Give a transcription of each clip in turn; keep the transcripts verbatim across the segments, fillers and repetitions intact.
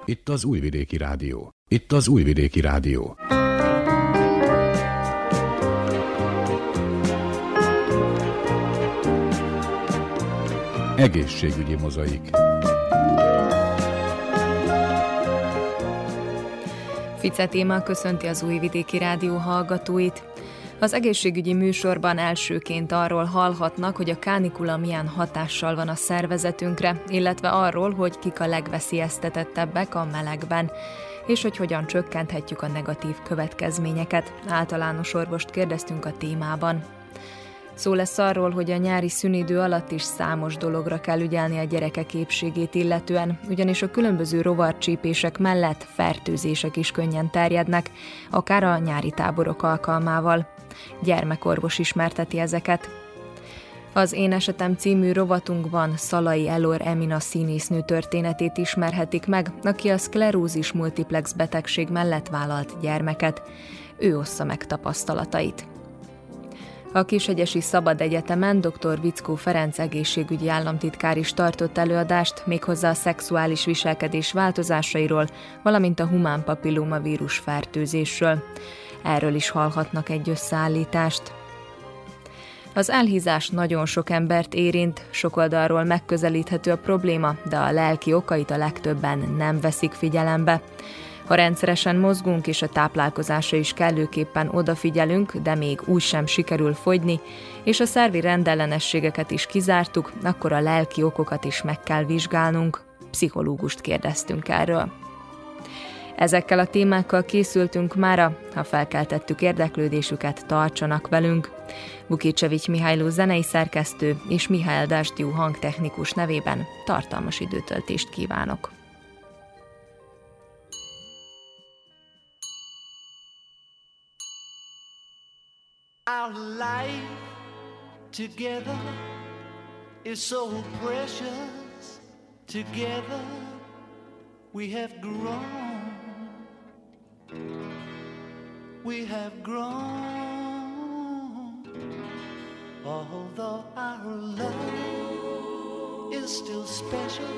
Itt az Újvidéki Rádió. Itt az Újvidéki Rádió. Egészségügyi mozaik. Fice Téma köszönti az Újvidéki Rádió hallgatóit. Az egészségügyi műsorban elsőként arról hallhatnak, hogy a kánikula milyen hatással van a szervezetünkre, illetve arról, hogy kik a legveszélyeztetettebbek a melegben, és hogy hogyan csökkenthetjük a negatív következményeket. Általános orvost kérdeztünk a témában. Szó lesz arról, hogy a nyári szünidő alatt is számos dologra kell ügyelni a gyerekek épségét illetően, ugyanis a különböző rovarcsípések mellett fertőzések is könnyen terjednek, akár a nyári táborok alkalmával. Gyermekorvos ismerteti ezeket. Az Én esetem című rovatunkban Szalai Elor Emina színésznő történetét ismerhetik meg, aki a szklerózis multiplex betegség mellett vállalt gyermeket. Ő ossza meg tapasztalatait. A Kishegyesi Szabad Egyetemen dr. Vickó Ferenc egészségügyi államtitkár is tartott előadást, méghozzá a szexuális viselkedés változásairól, valamint a humán papillómavírus fertőzésről. Erről is hallhatnak egy összeállítást. Az elhízás nagyon sok embert érint, sok oldalról megközelíthető a probléma, de a lelki okait a legtöbben nem veszik figyelembe. Ha rendszeresen mozgunk és a táplálkozásra is kellőképpen odafigyelünk, de még úgy sem sikerül fogyni, és a szervi rendellenességeket is kizártuk, akkor a lelki okokat is meg kell vizsgálnunk. Pszichológust kérdeztünk erről. Ezekkel a témákkal készültünk mára, ha felkeltettük érdeklődésüket, tartsanak velünk. Vukicevics Mihályló zenei szerkesztő és Mihály Dasdiú hangtechnikus nevében tartalmas időtöltést kívánok. Our life together is so precious. Together we have grown. We have grown. Although our love is still special,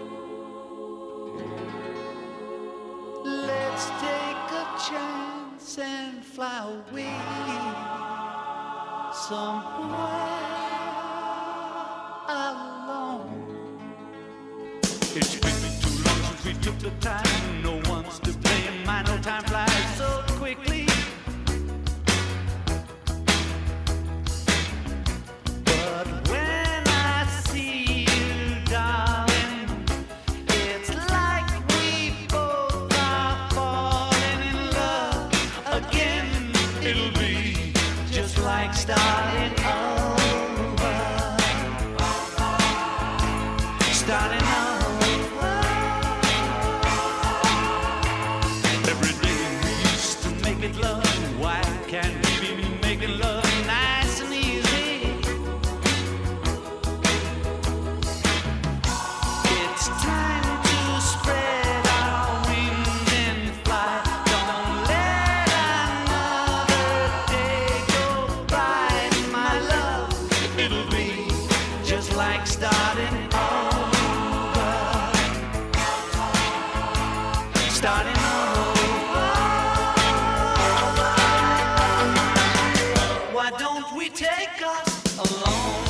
let's take a chance and fly away somewhere alone. It's been too long since we took the time. No one's to blame. My no time flies so quickly. But when I see you, darling, it's like we both are falling in love again. It'll be just like starting over, starting over. Every day we used to make it love. Why can't we be making love nice and easy? It's time to spread our wings and fly. Don't let another day go by, my love. It'll be just like starting over, starting over. Why don't we take us alone?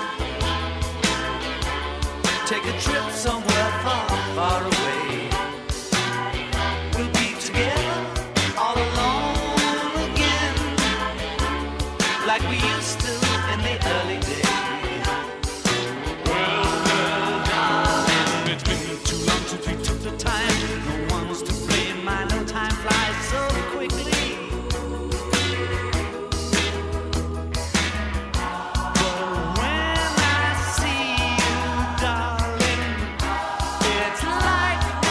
Take a trip somewhere far, far away. We'll be together all alone again, like we used to in the early days. Well, well, darling, it's been too long since we took the time. No one was to blame. My no time flies so quickly. But when I see you, darling, it's like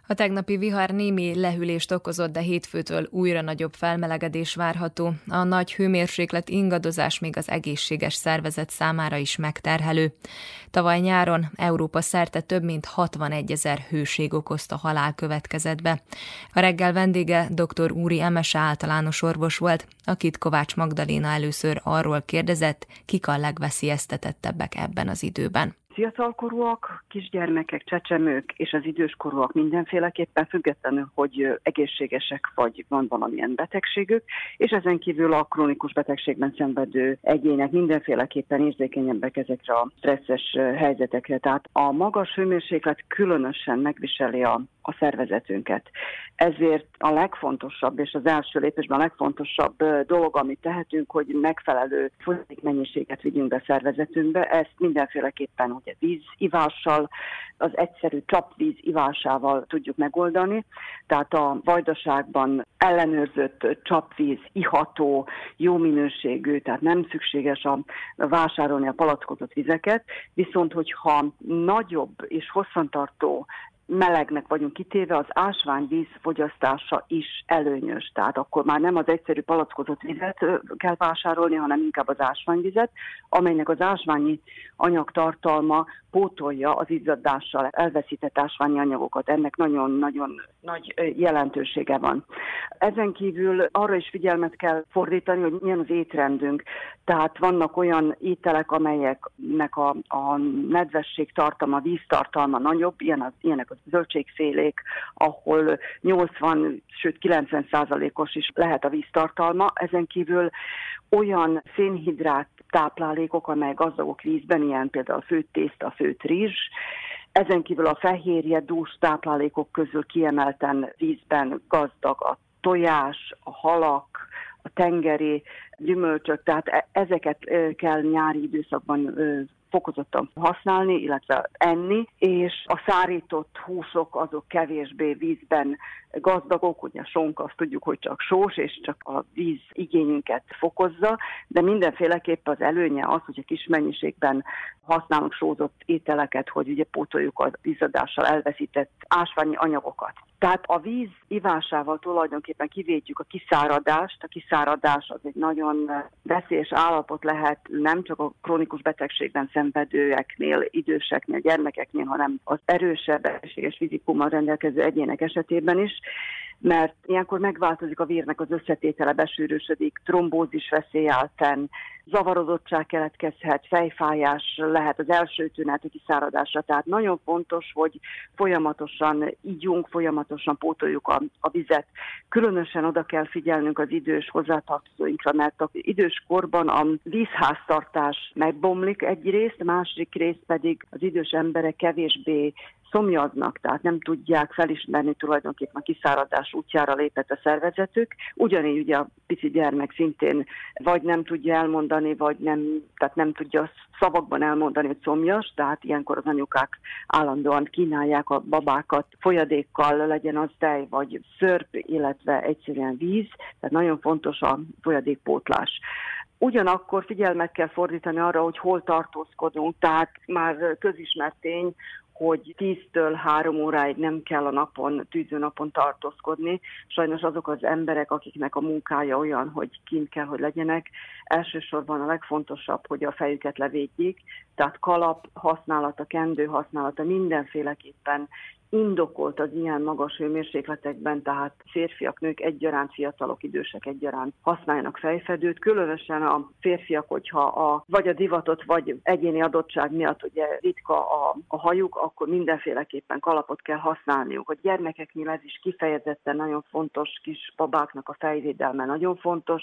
A tegnapi vihar némi lehűlést okozott, de hétfőtől újra nagyobb felmelegedés várható. A nagy hőmérséklet ingadozás még az egészséges szervezet számára is megterhelő. Tavaly nyáron Európa szerte több mint hatvanegyezer hőség okozta halál következett be. A reggel vendége dr. Úri Emese általános orvos volt, akit Kovács Magdaléna először arról kérdezett, kik a legveszélyeztetettebbek ebben az időben. Fiatalkorúak, kisgyermekek, csecsemők és az időskorúak mindenféleképpen, függetlenül, hogy egészségesek vagy van valamilyen betegségük, és ezen kívül a krónikus betegségben szenvedő egyének mindenféleképpen érzékenyebbek ezekre a stresszes helyzetekre. Tehát a magas hőmérséklet különösen megviseli a, a szervezetünket. Ezért a legfontosabb, és az első lépésben a legfontosabb dolog, amit tehetünk, hogy megfelelő folyadékmennyiséget vigyünk be a szervezetünkbe. Ezt mindenféleképpen ugye vízivással, az egyszerű csapvíz ivásával tudjuk megoldani. Tehát a Vajdaságban ellenőrzött csapvíz, iható, jó minőségű, tehát nem szükséges a vásárolni a palackozott vizeket, viszont hogyha nagyobb és hosszantartó melegnek vagyunk kitéve, az ásványvíz fogyasztása is előnyös. Tehát akkor már nem az egyszerű palackozott vizet kell vásárolni, hanem inkább az ásványvizet, amelynek az ásványi anyagtartalma pótolja az izzadással elveszített ásványi anyagokat. Ennek nagyon-nagyon nagy jelentősége van. Ezen kívül arra is figyelmet kell fordítani, hogy milyen az étrendünk. Tehát vannak olyan ételek, amelyeknek a, a nedvesség tartalma, víztartalma nagyobb, ilyen az, ilyenek a zöldségfélék, ahol nyolcvan, sőt kilencven százalékos is lehet a víztartalma. Ezen kívül olyan szénhidrát táplálékok, amely gazdagok vízben, ilyen például a főtt tészta, a főtt rizs. Ezen kívül a fehérje, dús táplálékok közül kiemelten vízben gazdag a tojás, a halak, a tengeri gyümölcsök, tehát ezeket kell nyári időszakban fokozottan használni, illetve enni, és a szárított húsok azok kevésbé vízben gazdagok, ugye a sonka azt tudjuk, hogy csak sós, és csak a víz igényünket fokozza, de mindenféleképpen az előnye az, hogy a kis mennyiségben használunk sózott ételeket, hogy ugye pótoljuk az izzadással elveszített ásványi anyagokat. Tehát a víz ivásával tulajdonképpen kivédjük a kiszáradást. A kiszáradás az egy nagyon veszélyes állapot lehet nem csak a krónikus betegségben szenvedőeknél, időseknél, gyermekeknél, hanem az erősebb, egészséges fizikummal rendelkező egyének esetében is, mert ilyenkor megváltozik a vérnek az összetétele, besűrűsödik, trombózis veszély áll fenn, zavarodottság keletkezhet, fejfájás lehet az első tünet a kiszáradásra. Tehát nagyon fontos, hogy folyamatosan ígyunk, folyamatosan pótoljuk a, a vizet. Különösen oda kell figyelnünk az idős hozzátartozóinkra, mert az idős korban a vízháztartás megbomlik egyrészt, másik részt pedig az idős emberek kevésbé szomjaznak, tehát nem tudják felismerni tulajdonképpen a kiszáradás útjára lépett a szervezetük. Ugyanígy ugye a pici gyermek szintén vagy nem tudja elmondani, vagy nem, tehát nem tudja szavakban elmondani, hogy szomjas, tehát ilyenkor az anyukák állandóan kínálják a babákat folyadékkal, legyen az tej vagy szörp, illetve egyszerűen víz, tehát nagyon fontos a folyadékpótlás. Ugyanakkor figyelmet kell fordítani arra, hogy hol tartózkodunk, tehát már közismert tény, hogy tíztől három óráig nem kell a napon, tűzőnapon tartózkodni. Sajnos azok az emberek, akiknek a munkája olyan, hogy kint kell, hogy legyenek, elsősorban a legfontosabb, hogy a fejüket levédjék, tehát kalap használata, kendő használata mindenféleképpen indokolt az ilyen magas hőmérsékletekben, tehát férfiak, nők egyaránt, fiatalok, idősek egyaránt használjanak fejfedőt, különösen a férfiak, hogyha a, vagy a divatot, vagy egyéni adottság miatt ugye ritka a, a hajuk, akkor mindenféleképpen kalapot kell használniuk. A gyermekeknél ez is kifejezetten nagyon fontos, kis babáknak a fejvédelme nagyon fontos.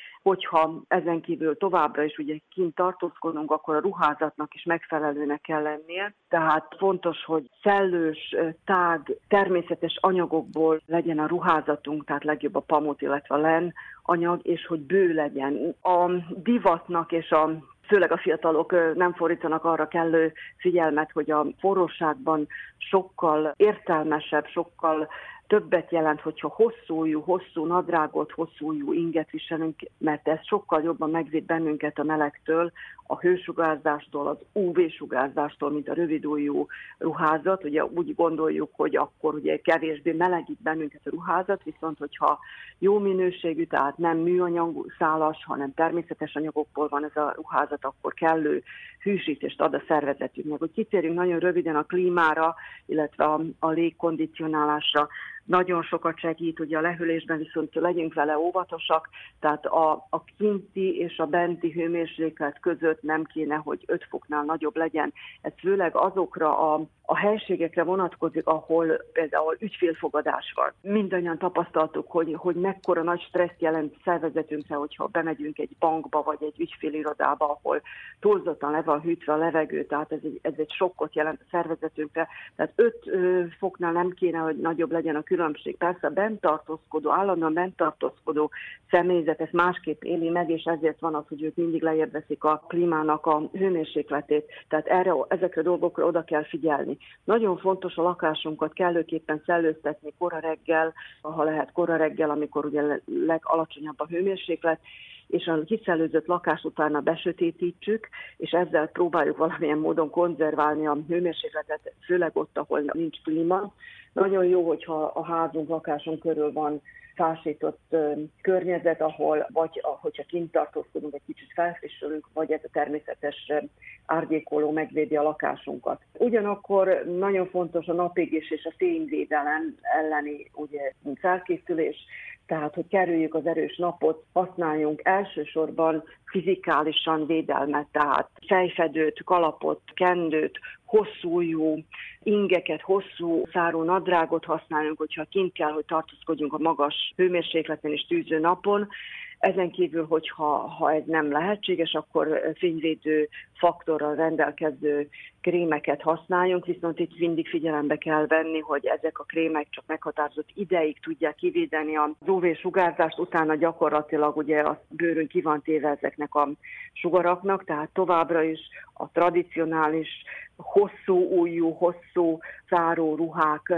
Hogyha ezen kívül továbbra is ugye kint tartózkodunk, akkor a ruházatnak is megfelelőnek kell lennie. Tehát fontos, hogy szellős, tág, természetes anyagokból legyen a ruházatunk, tehát legjobb a pamut, illetve a len anyag, és hogy bő legyen. A divatnak és a főleg a fiatalok nem fordítanak arra kellő figyelmet, hogy a forróságban sokkal értelmesebb, sokkal többet jelent, hogyha hosszú ujjú, hosszú nadrágot, hosszú ujjú inget viselünk, mert ez sokkal jobban megvéd bennünket a melegtől, a hősugárzástól, az ú vé-sugárzástól, mint a rövidujjú ruházat. Ugye úgy gondoljuk, hogy akkor ugye kevésbé melegít bennünket a ruházat, viszont hogyha jó minőségű, tehát nem műanyag szálas, hanem természetes anyagokból van ez a ruházat, akkor kellő hűsítést ad a szervezetünknek. Hogy kitérjünk nagyon röviden a klímára, illetve a, a légkondicionálásra, nagyon sokat segít, ugye a lehűlésben viszont legyünk vele óvatosak, tehát a, a kinti és a benti hőmérséklet között nem kéne, hogy öt foknál nagyobb legyen. Ez főleg azokra a, a helységekre vonatkozik, ahol például ügyfélfogadás van. Mindannyian tapasztaltuk, hogy, hogy mekkora nagy stresszt jelent szervezetünkre, hogyha bemegyünk egy bankba vagy egy ügyfélirodába, ahol túlzottan le van hűtve a levegő, tehát ez egy, ez egy sokkot jelent a szervezetünkre. Tehát öt foknál nem kéne, hogy nagyobb legyen a különbség. Persze a bent tartózkodó, állandóan bent tartózkodó személyzet ezt másképp éli meg, és ezért van az, hogy ők mindig lejjebb veszik a klímának a hőmérsékletét. Tehát erre, ezekre a dolgokra oda kell figyelni. Nagyon fontos a lakásunkat kellőképpen szellőztetni kora reggel, ha lehet kora reggel, amikor ugye legalacsonyabb a hőmérséklet, és a kiszellőzött lakás utána besötétítsük, és ezzel próbáljuk valamilyen módon konzerválni a hőmérsékletet, főleg ott, ahol nincs klíma. Nagyon jó, hogyha a házunk, lakásunk körül van fásított uh, környezet, ahol vagy hogyha kint tartózkodunk, egy kicsit felfrissülünk, vagy ez a természetes uh, árnyékoló megvédi a lakásunkat. Ugyanakkor nagyon fontos a napégés és a fényvédelem elleni ugye, felkészülés, tehát hogy kerüljük az erős napot, használjunk elsősorban fizikálisan védelmet, tehát fejfedőt, kalapot, kendőt, hosszú ujjú ingeket, hosszú szárú nadrágot használjunk, hogyha kint kell, hogy tartózkodjunk a magas hőmérsékleten és tűző napon. Ezen kívül, hogyha ha ez nem lehetséges, akkor fényvédő faktorral rendelkező krémeket használjunk, viszont itt mindig figyelembe kell venni, hogy ezek a krémek csak meghatározott ideig tudják kivédeni az ú vé-sugárzást, utána gyakorlatilag ugye a bőrünk ki van téve ezeknek a sugaraknak, tehát továbbra is a tradicionális, hosszú ujjú, hosszú száró ruhák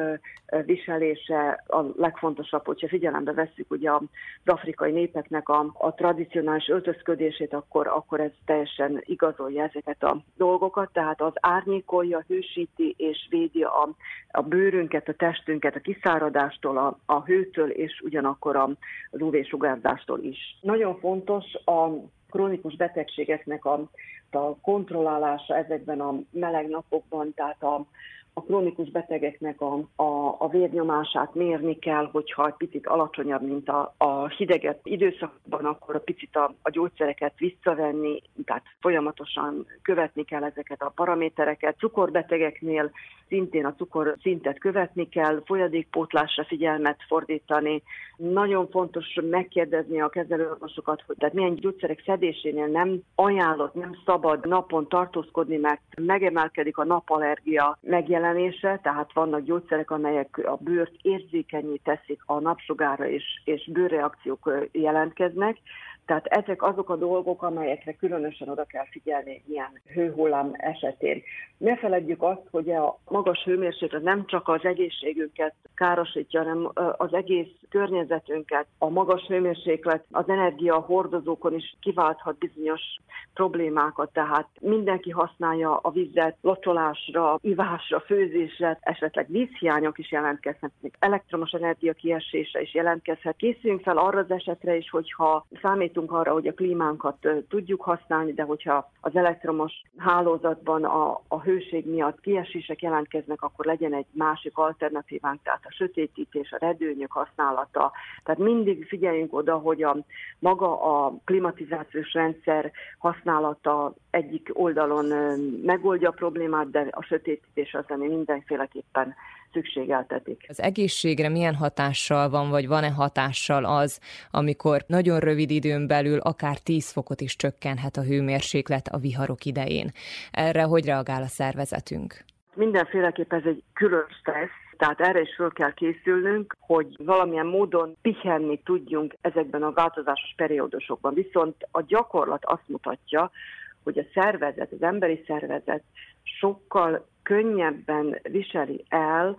viselése a legfontosabb, hogyha figyelembe vesszük ugye az afrikai népeknek a, a tradicionális öltözködését, akkor, akkor ez teljesen igazolja ezeket a dolgokat, tehát az árnyékolja, hősíti és védi a, a bőrünket, a testünket a kiszáradástól, a, a hőtől és ugyanakkor a, az ú vé-sugárzástól is. Nagyon fontos a krónikus betegségeknek a, a kontrollálása ezekben a meleg napokban, tehát a, a krónikus betegeknek a, a, a vérnyomását mérni kell, hogyha egy picit alacsonyabb, mint a, a hidegebb időszakban, akkor a picit a, a gyógyszereket visszavenni, tehát folyamatosan követni kell ezeket a paramétereket. Cukorbetegeknél szintén a cukorszintet követni kell, folyadékpótlásra figyelmet fordítani. Nagyon fontos megkérdezni a kezelőorvosokat, hogy tehát milyen gyógyszerek szedésénél nem ajánlott, nem szabad napon tartózkodni, mert megemelkedik a napallergia megjelenése, tehát vannak gyógyszerek, amelyek a bőrt érzékenyé teszik a napsugárra, és, és bőrreakciók jelentkeznek. Tehát ezek azok a dolgok, amelyekre különösen oda kell figyelni ilyen hőhullám esetén. Ne feledjük azt, hogy a magas hőmérséklet nem csak az egészségünket károsítja, hanem az egész környezetünket. A magas hőmérséklet az energiahordozókon is kiválthat bizonyos problémákat, tehát mindenki használja a vizet locsolásra, ivásra, főzésre, esetleg vízhiányok is jelentkezhetnek, elektromos energia kiesése is jelentkezhet. Készüljünk fel arra az esetre is, hogyha számítunk arra, hogy a klímánkat tudjuk használni, de hogyha az elektromos hálózatban a, a hőség miatt kiesések jelentkeznek, akkor legyen egy másik alternatívánk, tehát a sötétítés, a redőnyök használata. Tehát mindig figyeljünk oda, hogy a maga a klimatizációs rendszer használata egyik oldalon megoldja a problémát, de a sötétítés az, ami mindenféleképpen szükségeltetik. Az egészségre milyen hatással van, vagy van-e hatással az, amikor nagyon rövid időn belül akár tíz fokot is csökkenhet a hőmérséklet a viharok idején? Erre hogy reagál a szervezetünk? Mindenféleképpen ez egy külön stressz, tehát erre is föl kell készülnünk, hogy valamilyen módon pihenni tudjunk ezekben a változásos periódusokban. Viszont a gyakorlat azt mutatja, hogy a szervezet, az emberi szervezet sokkal könnyebben viseli el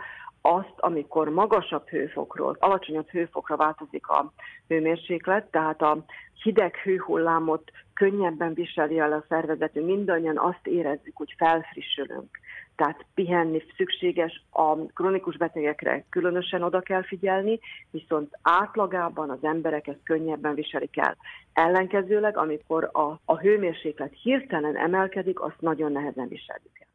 azt, amikor magasabb hőfokról, alacsonyabb hőfokra változik a hőmérséklet, tehát a hideg hőhullámot könnyebben viseli el a szervezetünk, mindannyian azt érezzük, hogy felfrissülünk. Tehát pihenni szükséges, a krónikus betegekre különösen oda kell figyelni, viszont átlagában az emberek ezt könnyebben viselik el. Ellenkezőleg, amikor a, a hőmérséklet hirtelen emelkedik, azt nagyon nehezen viseljük el.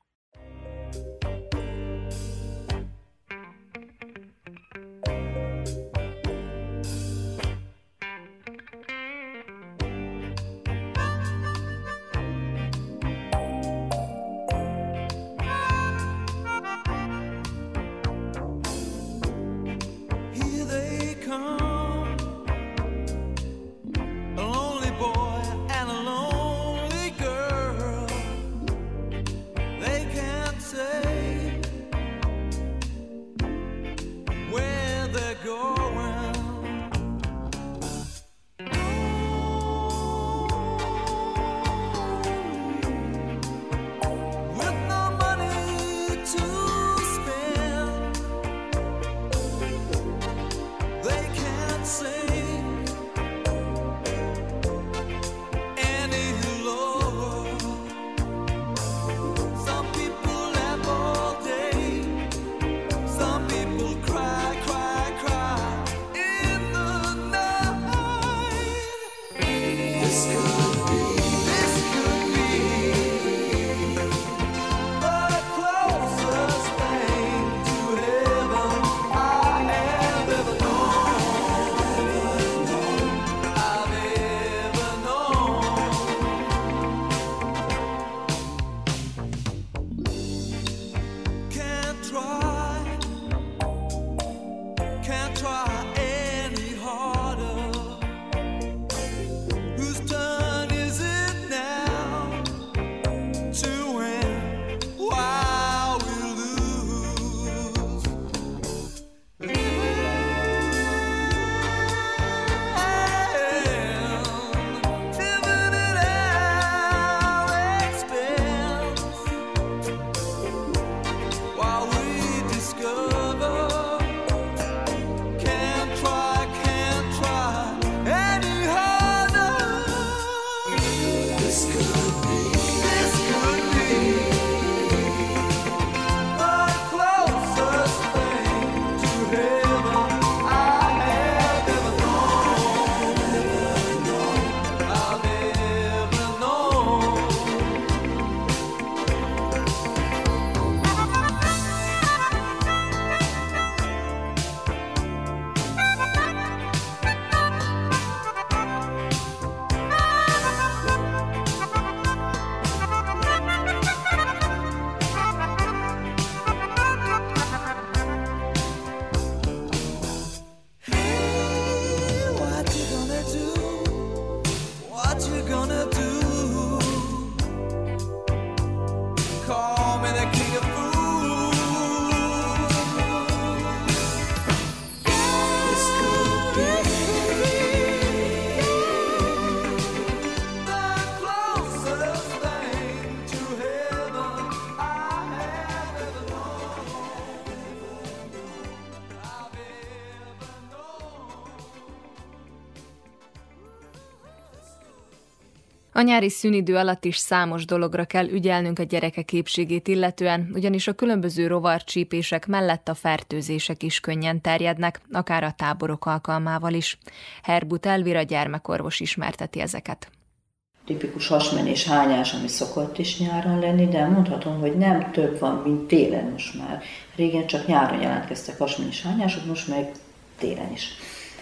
A nyári szünidő alatt is számos dologra kell ügyelnünk a gyerekek épségét illetően, ugyanis a különböző rovarcsípések mellett a fertőzések is könnyen terjednek, akár a táborok alkalmával is. Herbut Elvira gyermekorvos ismerteti ezeket. Tipikus hasmenés, hányás, ami szokott is nyáron lenni, de mondhatom, hogy nem több van, mint télen most már. Régen csak nyáron jelentkeztek hasmenés, hányások, most meg télen is.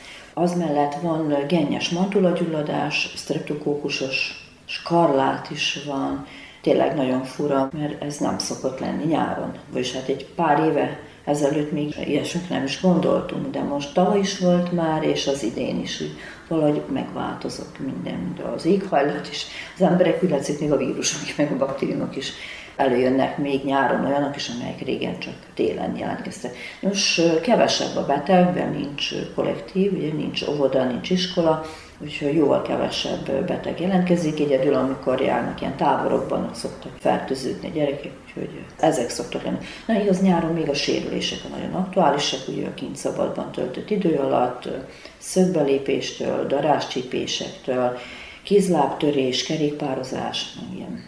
Az mellett van gennyes mantulagyulladás, streptokókusos skarlát is van, tényleg nagyon fura, mert ez nem szokott lenni nyáron. Vagyis hát egy pár éve ezelőtt még ilyesmik nem is gondoltunk, de most tavaly is volt már, és az idén is, úgy valahogy megváltozott minden, de az éghajlat is, az emberek, úgy látszik, még a vírusok, meg a baktériumok is előjönnek még nyáron olyanok is, amelyek régen csak télen jelentkeztek. Most kevesebb a beteg, mert nincs kollektív, ugye nincs óvoda, nincs iskola, úgyhogy jóval kevesebb beteg jelentkezik, egyedül amikor járnak ilyen táborokban, szoktak fertőződni a gyerekek, úgyhogy ezek szoktak lenni. Na igaz, nyáron még a sérülések a nagyon aktuálisak, ugye a kint szabadban töltött idő alatt, szögbelépéstől, daráscsípésektől, kézlábtörés, kerékpározás, ilyen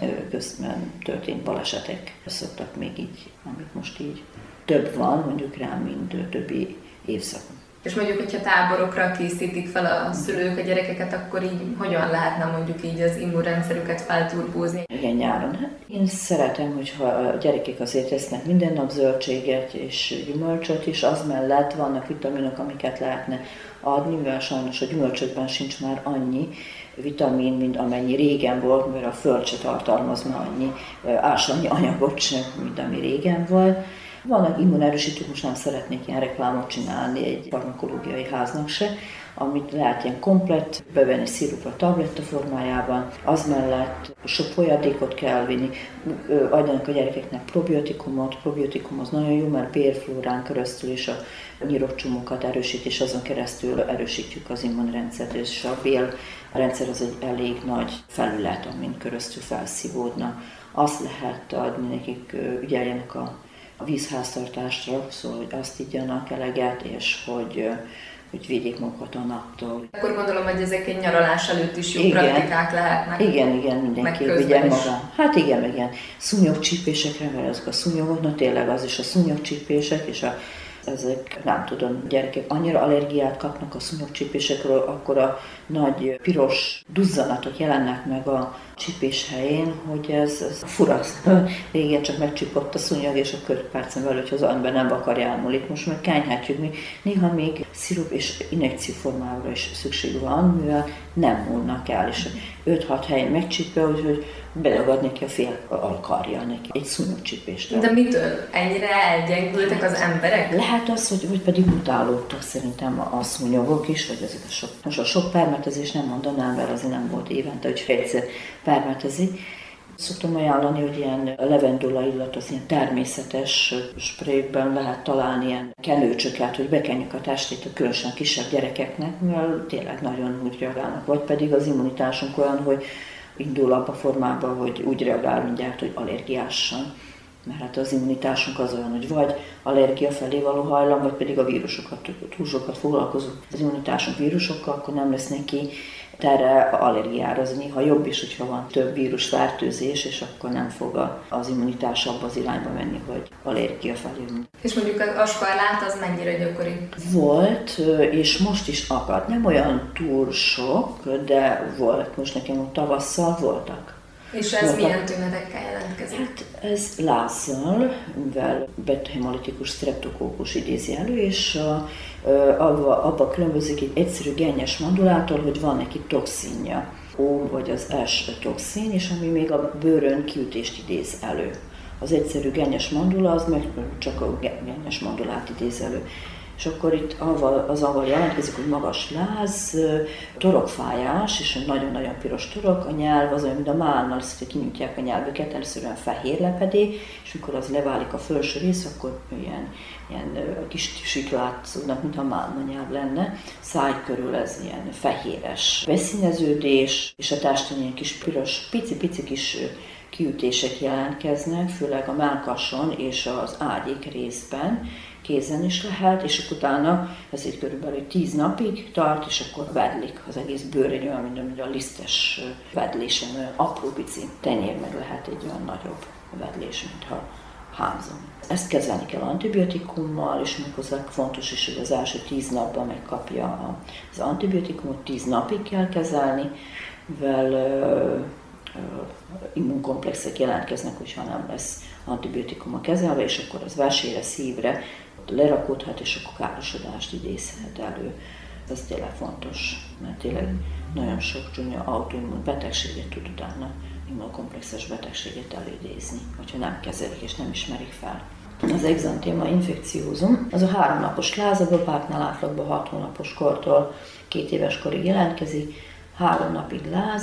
közben történt balesetek szoktak még így, amit most így több van, mondjuk rám, mint többi évszakon. És mondjuk, hogyha táborokra készítik fel a szülők a gyerekeket, akkor így hogyan lehetne mondjuk így az immunrendszerüket felturbózni? Igen, nyáron. Hát én szeretem, hogyha a gyerekek azért esznek minden nap zöldséget és gyümölcsöt is, az mellett vannak vitaminok, amiket lehetne adni, mivel sajnos a gyümölcsökben sincs már annyi vitamin, mint amennyi régen volt, mert a föld se tartalmazna annyi ásványi anyagot sem, mint ami régen volt. Vannak immunerősítők, most nem szeretnék ilyen reklámot csinálni egy farmakológiai háznak se, amit lehet ilyen komplett, bevenni szirupra tabletta formájában, az mellett sok folyadékot kell vinni, adjanak a gyerekeknek probiotikumot, probiotikum az nagyon jó, mert bélflórán keresztül is a nyirokcsomokat erősít, és azon keresztül erősítjük az immunrendszert, és a bélrendszer az egy elég nagy felület, amin keresztül felszívódna. Azt lehet adni nekik, ügyeljenek a a vízháztartásra, szóval hogy azt igyanak eleget, és hogy, hogy védjék magukat a naptól. Akkor gondolom, hogy ezek egy nyaralás előtt is jó igen, praktikák lehetnek. Igen, igen, mindenki vigye magán. Hát igen, igen. Szúnyogcsípésekre, mert ezek a szúnyogok, na tényleg az is a szúnyogcsípések, és a ezek, nem tudom, gyerekek annyira allergiát kapnak a szúnyogcsípésekről, akkor a nagy piros duzzanatok jelennek meg a csípés helyén, hogy ez, ez fura. Régen csak megcsípott a szúnyog, és a öt percen belül, hogy az ember nem vakarjál múlik. Most meg kányhatjuk mi. Néha még szirup és injekció formára is szükség van, mivel nem múlnak el, és öt-hat helyen megcsípve, úgyhogy belegad neki a fél alkarja neki egy szúnyogcsípést. De mitől? Ennyire elgyengültek az emberek? Lehet az, hogy, hogy pedig mutálódtak szerintem a szúnyogok is, vagy ezek a sok. Most a sok permetezés nem mondanám, mert azért nem volt évente, hogy egyszer permetezik. Szoktam ajánlani, hogy ilyen levendula illat, az ilyen természetes sprayben lehet találni ilyen kenőcsöket, hogy bekenjük a testét, különösen a kisebb gyerekeknek, mivel tényleg nagyon úgy reagálnak. Vagy pedig az immunitásunk olyan, hogy indul abba a formában, hogy úgy reagál mindjárt, hogy allergiásan. Mert hát az immunitásunk az olyan, hogy vagy allergia felé való hajlam, vagy pedig a vírusokat, túl sokat foglalkozunk az immunitásunk vírusokkal, akkor nem lesz neki terre allergiára. Az néha jobb is, hogyha van több vírusfertőzés, és akkor nem fog az immunitás abba az irányba menni, hogy allergia felé. És mondjuk a skarlát az mennyire gyakori? Volt, és most is akad. Nem olyan túl sok, de volt. Most nekem ott tavasszal voltak. És ez voltak. Milyen tünetekkel jelentkezik? Hát ez lázzal, mivel beta-hemolitikus streptokókus idézi elő, és abba, abba különbözik egy egyszerű gennyes mandulától, hogy van neki toxinja. O vagy az S toxin, és ami még a bőrön kiütést idéz elő. Az egyszerű gennyes mandula, az meg csak a gennyes mandulát idéz elő. És akkor itt az avval jelentkezik, hogy magas láz, torokfájás, és nagyon-nagyon piros torok, a nyelv az olyan, mint a málnal, azt, hogy kinyújtják a nyelvüket, először olyan fehér lepedé, és mikor az leválik a felső rész, akkor ilyen, ilyen kis tüsik látszódnak, mint a málna nyelv lenne. Száj körül ez ilyen fehéres beszíneződés, és a testen ilyen kis piros, pici-pici kis kiütések jelentkeznek, főleg a mellkason és az ágyék részben, kézen is lehet, és akkor utána ez így körülbelül tíz napig tart, és akkor vedlik az egész bőrén, olyan, mint a lisztes vedlésen, olyan apró pici tenyér, meg lehet egy olyan nagyobb vedlés, mintha hámzom. Ezt kezelni kell antibiotikummal, és méghozzá fontos is, hogy az első tíz napban megkapja az antibiotikumot, tíz napig kell kezelni, mivel uh, uh, immunkomplexek jelentkeznek, hogyha nem lesz antibiotikuma kezelve, és akkor az versére, szívre lerakódhat, és akkor károsodást idézhet elő. Ez tényleg fontos, mert tényleg nagyon sok csúnya autoimmun betegséget tud utána, immunkomplexes betegséget előidézni, hogyha nem kezelik és nem ismerik fel. Az exantéma infekciózum, az a háromnapos láz, a babáknál átlagban hat hónapos kortól két éves korig jelentkezik, három napig láz,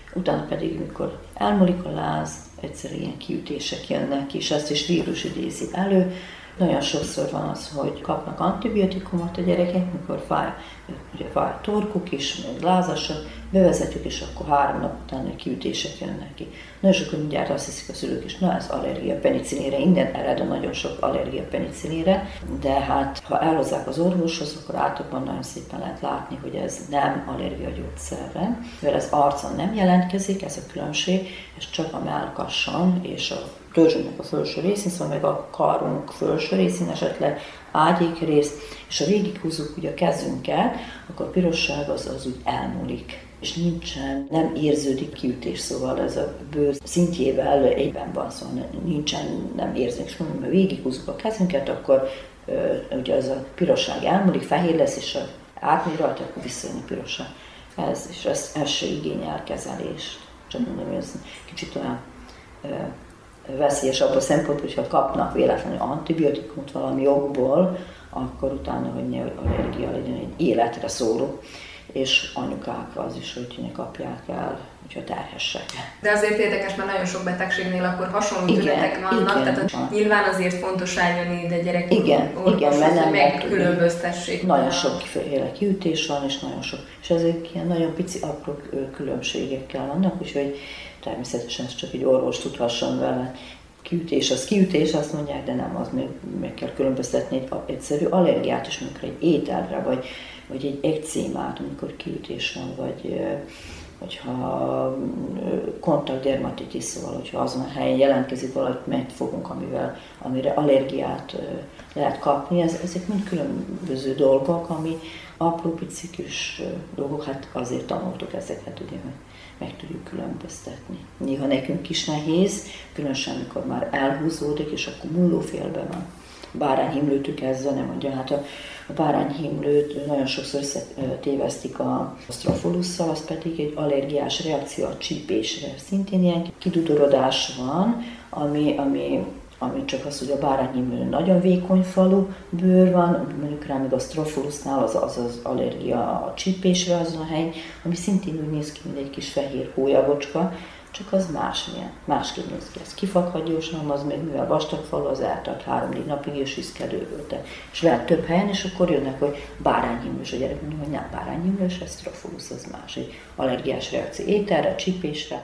Utána pedig, mikor elmúlik a láz, egyszerűen ilyen kiütések jönnek, és ezt is vírus idézi elő. Nagyon sokszor van az, hogy kapnak antibiotikumot a gyerekek, mikor fáj, ugye fáj a torkuk is, meg lázasak, bevezetjük, és akkor három nap után kiütések jönnek ki. Nagyon sokan mindjárt azt hiszik a szülők is, na ez allergia penicillinre, innen ered a nagyon sok allergia penicillinre, de hát ha elhozzák az orvoshoz, akkor általában nagyon szépen lehet látni, hogy ez nem allergiagyógyszerre, mivel ez arcon nem jelentkezik, ez a különbség, és csak a mellkason és a törzsünknek a felső részén, szóval meg a karunk felső részén, esetleg ágyék rész, és ha végighúzzuk ugye a kezünket, akkor a pirosság az, az úgy elmúlik, és nincsen, nem érződik kiütés, szóval ez a bőr szintjével egyben van, szóval nincsen, nem érzünk, és mondom, ha végighúzzuk a kezünket, akkor ugye ez a pirosság elmúlik, fehér lesz, és ha átmegy rajta, akkor visszajön a pirosság. Ez, és ez, ez se igényel kezelést. Csak mondom, hogy ez kicsit olyan veszélyes abban a szempontból, hogyha kapnak véletlenül antibiotikumot valami okból, akkor utána, hogy ne allergia legyen, egy életre szóló, és anyukák az is, hogy ne kapják el, hogyha terhessek. De azért érdekes, mert nagyon sok betegségnél akkor hasonló tünetek vannak, igen, tehát van. Nyilván azért fontos álljon ide gyerek igen, igen, mert nem megkülönböztessék. Nagyon sokféle kiütés van, és nagyon sok, és ezek ilyen nagyon pici apró különbségekkel vannak, úgyhogy természetesen ez csak egy orvos tudhasson vele. Kiütés az kiütés, azt mondják, de nem, az meg, meg kell különböztetni egy egyszerű allergiát is, amikor egy ételre, vagy, vagy egy ekcémát, amikor kiütés van, vagy hogyha kontaktdermatitis, szóval, hogyha azon a helyen jelentkezik valamit, megfogunk, amivel, amire allergiát lehet kapni, ez, ezek mind különböző dolgok, ami apró pici kis dolgok, hát azért tanultuk ezeket, ugye, hogy meg tudjuk különböztetni. Néha nekünk is nehéz, különösen amikor már elhúzódik, és akkor mullófélben van. Bárányhimlőtől kezdve, nem mondja, hát a, a bárányhimlőt nagyon sokszor tévesztik a sztrofolusszal, az pedig egy allergiás reakció a csípésre. Szintén ilyen kidudorodás van, ami, ami ami csak az, hogy a bárányhimlőn nagyon vékony falú bőr van, mondjuk rá még a sztrofolusznál az, az az allergia a csípésre azon a helyen, ami szintén úgy néz ki, mint egy kis fehér hólyagocska, csak az másmilyen, másképp néz ki. Ez kifakad gyorsan, az még mivel vastag falu, az eltart három-négy napig, és viszkedő volt. És lehet több helyen, és akkor jönnek, hogy bárányhimlős a gyerek, mondom, hogy nem bárányhimlős, ez sztrofolusz, az más, egy allergiás reakció ételre, csípésre.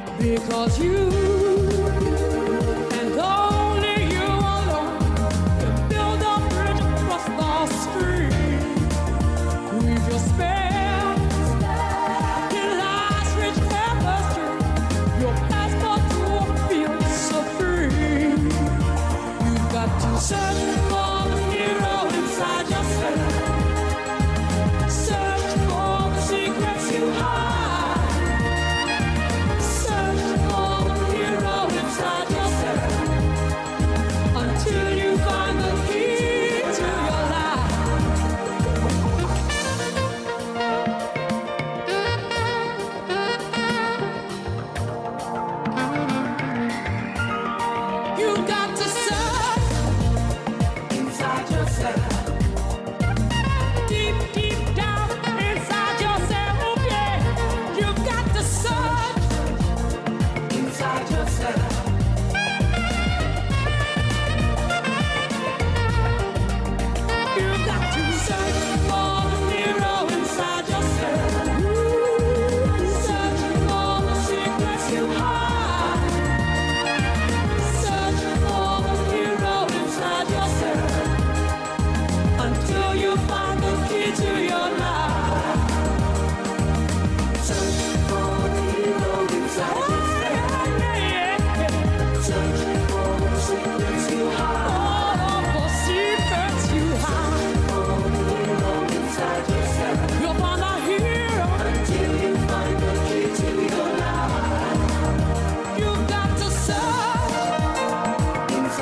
Because you and only you alone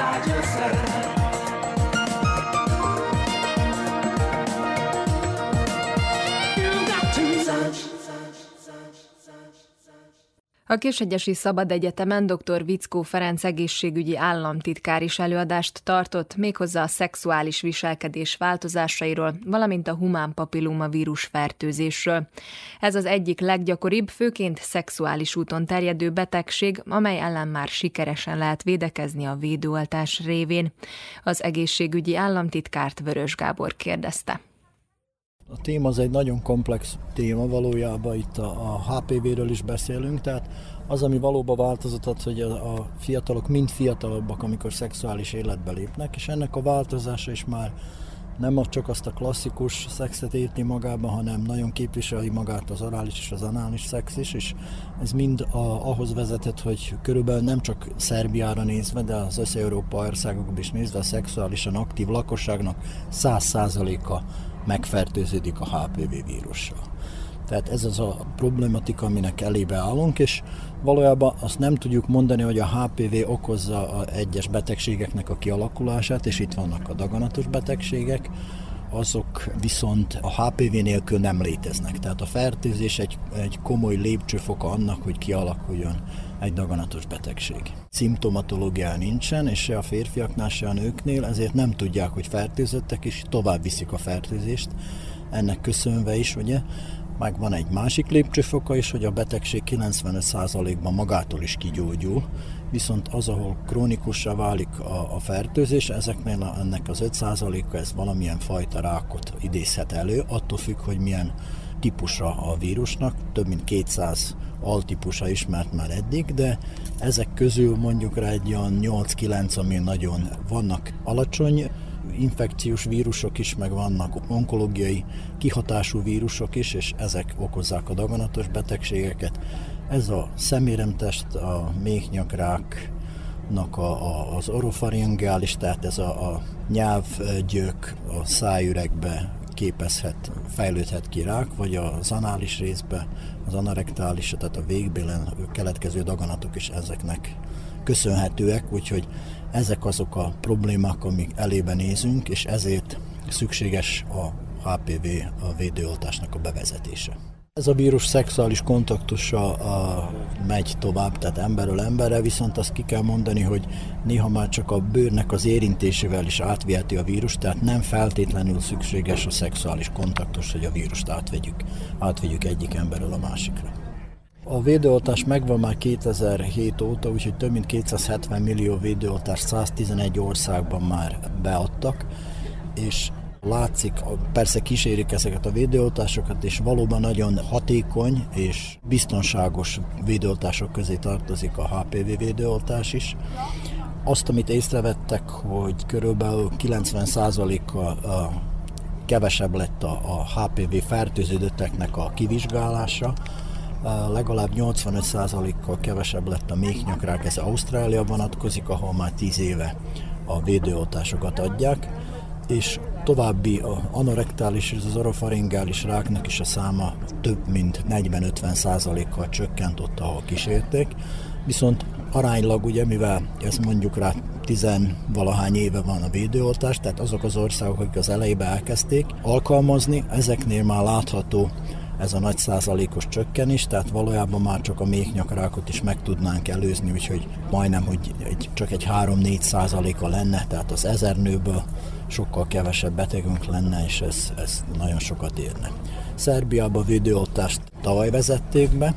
I just heard. A Kishegyesi Szabad Egyetemen dr. Vickó Ferenc egészségügyi államtitkár is előadást tartott, méghozzá a szexuális viselkedés változásairól, valamint a humán papillomavírus fertőzésről. Ez az egyik leggyakoribb, főként szexuális úton terjedő betegség, amely ellen már sikeresen lehet védekezni a védőoltás révén. Az egészségügyi államtitkárt Vörös Gábor kérdezte. A téma az egy nagyon komplex téma, valójában itt a, a há pé vé-ről is beszélünk, tehát az, ami valóban változott, az, hogy a, a fiatalok mind fiatalabbak, amikor szexuális életbe lépnek, és ennek a változása is már nem csak azt a klasszikus szexet érti magában, hanem nagyon képviseli magát az orális és az anális szex is, és ez mind a, ahhoz vezetett, hogy körülbelül nem csak Szerbiára nézve, de az össze-európai országokban is nézve a szexuálisan aktív lakosságnak száz százaléka megfertőződik a há pé vé vírussal. Tehát ez az a problematika, aminek elébe állunk, és valójában azt nem tudjuk mondani, hogy a há pé vé okozza az egyes betegségeknek a kialakulását, és itt vannak a daganatos betegségek, azok viszont a há pé vé nélkül nem léteznek. Tehát a fertőzés egy, egy komoly lépcsőfoka annak, hogy kialakuljon egy daganatos betegség. Szimptomatológia nincsen, és se a férfiaknál, se a nőknél, ezért nem tudják, hogy fertőzöttek, és tovább viszik a fertőzést. Ennek köszönve is, ugye, meg van egy másik lépcsőfoka is, hogy a betegség kilencvenöt százalékban magától is kigyógyul, viszont az, ahol krónikussá válik a, a fertőzés, ezeknél a, ennek az öt százaléka ez valamilyen fajta rákot idézhet elő, attól függ, hogy milyen típusa a vírusnak, több mint kétszáz altípusa ismert már eddig, de ezek közül mondjuk rá egy olyan nyolc-kilenc, ami nagyon vannak alacsony infekciós vírusok is, meg vannak onkológiai kihatású vírusok is, és ezek okozzák a daganatos betegségeket. Ez a szeméremtest, a méhnyakrák, a, a, az orofaringális, tehát ez a, a nyelvgyök a szájüregbe képezhet, fejlődhet ki rák, vagy az anális részbe, az anarektális, tehát a végbélen keletkező daganatok is ezeknek köszönhetőek, úgyhogy ezek azok a problémák, amik elébe nézünk, és ezért szükséges a há pé vé, a védőoltásnak a bevezetése. Ez a vírus szexuális kontaktusa a, megy tovább, tehát emberről emberre, viszont azt ki kell mondani, hogy néha már csak a bőrnek az érintésével is átviheti a vírus, tehát nem feltétlenül szükséges a szexuális kontaktus, hogy a vírust átvegyük, átvegyük egyik emberről a másikra. A védőoltás megvan már kétezer-hét óta, úgyhogy több mint kétszázhetven millió védőoltást száztizenegy országban már beadtak, és látszik, persze kísérik ezeket a védőoltásokat, és valóban nagyon hatékony és biztonságos védőoltások közé tartozik a há pé vé védőoltás is. Azt, amit észrevettek, hogy körülbelül kilencven százalékkal kevesebb lett a, a há pé vé fertőződötteknek a kivizsgálása, legalább nyolcvanöt százalékkal kevesebb lett a méhnyakrák, ez Ausztrália vonatkozik, ahol már tíz éve a védőoltásokat adják, és további az anorektális és az orofaringális ráknak is a száma több mint negyven-ötven százalékkal csökkent ott, ahol kísérték, viszont aránylag, ugye, mivel ez mondjuk rá tizenvalahány éve van a védőoltás, tehát azok az országok, akik az elejében elkezdték alkalmazni, ezeknél már látható ez a nagy százalékos csökkenés, tehát valójában már csak a méhnyakrákot is meg tudnánk előzni, úgyhogy majdnem, hogy egy, csak egy három-négy százaléka lenne, tehát az ezer nőből sokkal kevesebb betegünk lenne, és ez, ez nagyon sokat érne. Szerbiában a védőoltást tavaly vezették be,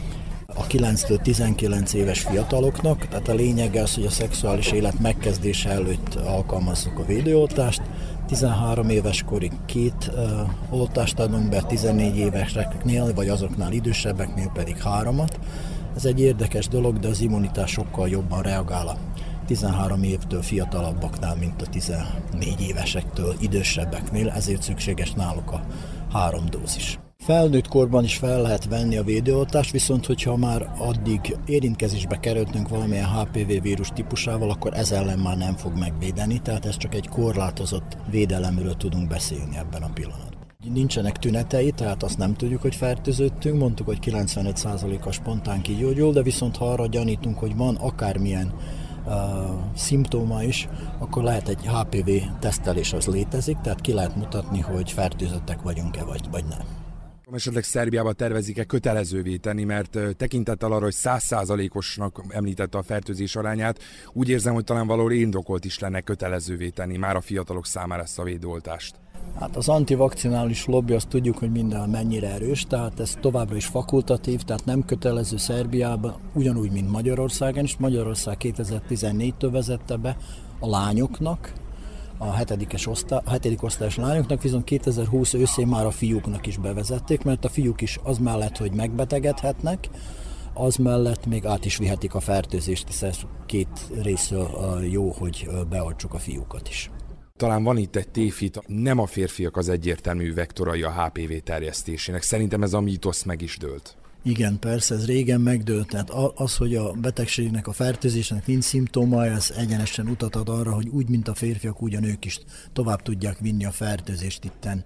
a kilenctől tizenkilenc éves fiataloknak, tehát a lényeg az, hogy a szexuális élet megkezdése előtt alkalmazzuk a védőoltást, tizenhárom éves korig két uh, oltást adunk be, tizennégy éveseknél, vagy azoknál idősebbeknél pedig háromat. Ez egy érdekes dolog, de az immunitás sokkal jobban reagál a tizenhárom évtől fiatalabbaknál, mint a tizennégy évesektől idősebbeknél, ezért szükséges náluk a három dózis. Felnőtt korban is fel lehet venni a védőoltást, viszont hogyha már addig érintkezésbe kerültünk valamilyen há pé vé vírus típusával, akkor ez ellen már nem fog megvédeni, tehát ez csak egy korlátozott védelemről tudunk beszélni ebben a pillanatban. Nincsenek tünetei, tehát azt nem tudjuk, hogy fertőzöttünk, mondtuk, hogy kilencvenöt százaléka spontán kigyógyul, de viszont ha arra gyanítunk, hogy van akármilyen uh, szimptóma is, akkor lehet egy há pé vé tesztelés, az létezik, tehát ki lehet mutatni, hogy fertőzöttek vagyunk-e, vagy, vagy nem. Esetleg Szerbiában tervezik-e kötelezővé tenni, mert tekintettel arra, hogy száz százalékosnak említette a fertőzés arányát, úgy érzem, hogy talán valahol indokolt is lenne kötelezővé tenni már a fiatalok számára ezt a védőoltást. Hát az antivakcinális lobby, azt tudjuk, hogy minden mennyire erős, tehát ez továbbra is fakultatív, tehát nem kötelező Szerbiában, ugyanúgy, mint Magyarországon is. Magyarország kétezer-tizennégytől vezette be a lányoknak, a hetedikes osztály, a hetedik osztályos lányoknak, viszont kétezer-húsz őszén már a fiúknak is bevezették, mert a fiúk is az mellett, hogy megbetegedhetnek, az mellett még át is vihetik a fertőzést, hiszen két részről jó, hogy beoltsuk a fiúkat is. Talán van itt egy tévhit, nem a férfiak az egyértelmű vektorai a há pé vé terjesztésének. Szerintem ez a mítosz meg is dőlt. Igen, persze, ez régen megdőlt. Tehát az, hogy a betegségnek, a fertőzésnek nincs szimptómája, ez egyenesen utat ad arra, hogy úgy, mint a férfiak, úgy a nők is tovább tudják vinni a fertőzést itten.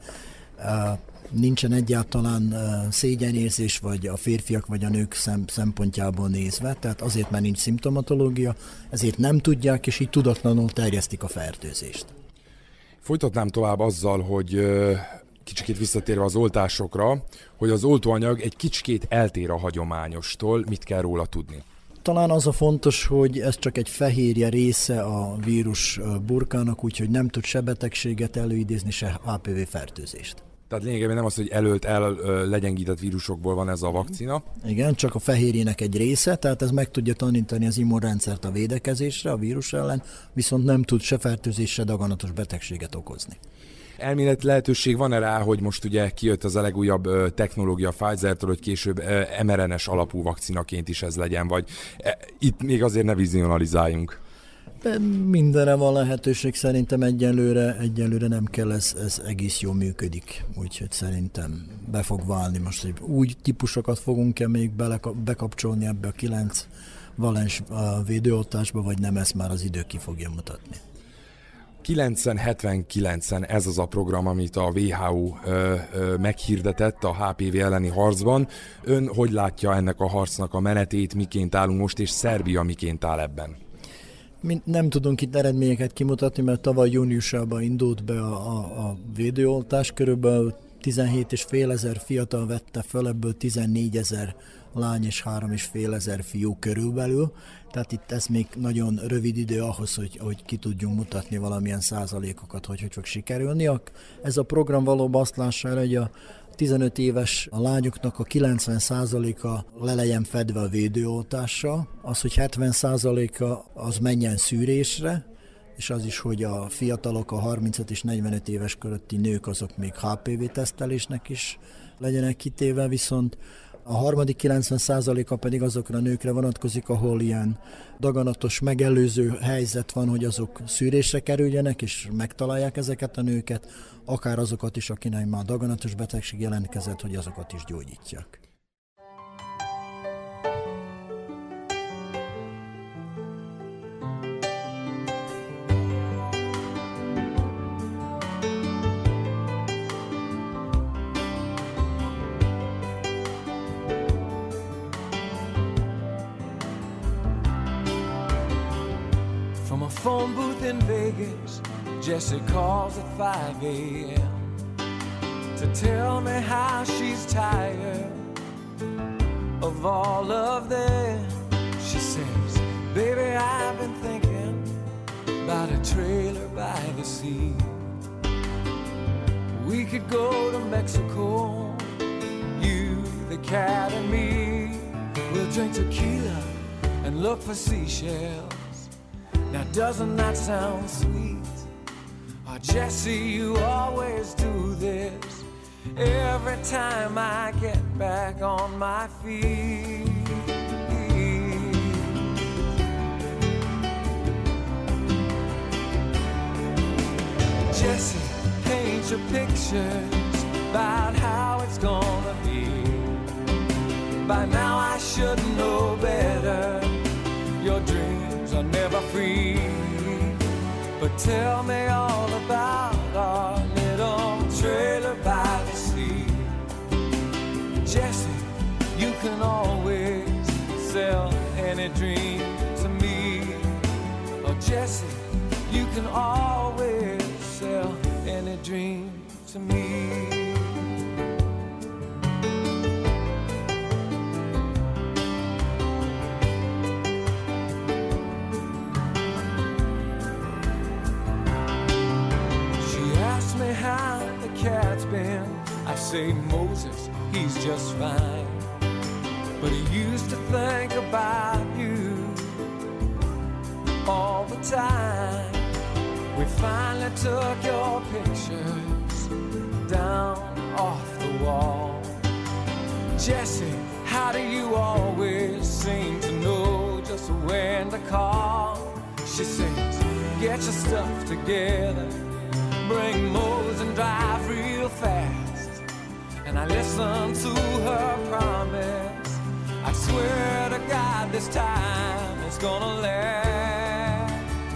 Nincsen egyáltalán szégyenérzés, vagy a férfiak, vagy a nők szempontjából nézve, tehát azért, mert nincs szimptomatológia, ezért nem tudják, és így tudatlanul terjesztik a fertőzést. Folytatnám tovább azzal, hogy kicsikét visszatérve az oltásokra, hogy az oltóanyag egy kicsikét eltér a hagyományostól, mit kell róla tudni? Talán az a fontos, hogy ez csak egy fehérje része a vírus burkának, úgyhogy nem tud se betegséget előidézni, se há pé vé fertőzést. Tehát lényegében nem az, hogy előtt el legyengített vírusokból van ez a vakcina. Igen, csak a fehérjének egy része, tehát ez meg tudja tanítani az immunrendszert a védekezésre, a vírus ellen, viszont nem tud se fertőzés, se daganatos betegséget okozni. Elméleti lehetőség van-e rá, hogy most ugye kijött az a legújabb technológia Pfizer-től, hogy később em er en es alapú vakcinaként is ez legyen, vagy itt még azért ne vizionalizáljunk? Mindenre van lehetőség, szerintem egyelőre, egyelőre nem kell, ez, ez egész jól működik, úgyhogy szerintem be fog válni most, hogy új típusokat fogunk-e még bele, bekapcsolni ebbe a kilenc valens védőoltásba, vagy nem, ezt már az idő ki fogja mutatni. kilencven hetvenkilencen ez az a program, amit a vé há o ö, ö, meghirdetett a há pé vé elleni harcban. Ön hogy látja ennek a harcnak a menetét, miként állunk most, és Szerbia miként áll ebben? Mi nem tudunk itt eredményeket kimutatni, mert tavaly júniusában indult be a, a, a védőoltás, körülbelül tizenhét és fél ezer fiatal vette föl, ebből tizennégy ezer lány és három és fél ezer fiú körülbelül. Tehát itt ez még nagyon rövid idő ahhoz, hogy, hogy ki tudjunk mutatni valamilyen százalékokat, hogy hogy fog sikerülni. Ez a program valóban azt lássa, hogy a tizenöt éves a lányoknak a kilencven százaléka le legyen fedve a védőoltással, az, hogy hetven százaléka az menjen szűrésre, és az is, hogy a fiatalok, a harmincöt és negyvenöt éves körötti nők, azok még há pé vé tesztelésnek is legyenek kitéve, viszont a harmadik kilencven százaléka pedig azokra a nőkre vonatkozik, ahol ilyen daganatos megelőző helyzet van, hogy azok szűrésre kerüljenek, és megtalálják ezeket a nőket, akár azokat is, akinek már daganatos betegség jelentkezett, hogy azokat is gyógyítják. Phone booth in Vegas, Jessie calls at five a.m. to tell me how she's tired of all of them. She says, baby, I've been thinking about a trailer by the sea. We could go to Mexico, you, the cat and me. We'll drink tequila and look for seashells. Now doesn't that sound sweet? Oh, Jessie, you always do this every time I get back on my feet. Jessie, paint your pictures about how it's gonna be. By now I should know better. Your dreams are never free. But tell me all about our little trailer by the sea. Jessie, you can always sell any dream to me. Jesse, you can always sell any dream to me. How the cat's been, I say Moses, he's just fine, but he used to think about you all the time. We finally took your pictures down off the wall. Jesse, how do you always seem to know just when to call? She says, get your stuff together, bring Mose and drive real fast. And I listen to her promise, I swear to God this time it's gonna last.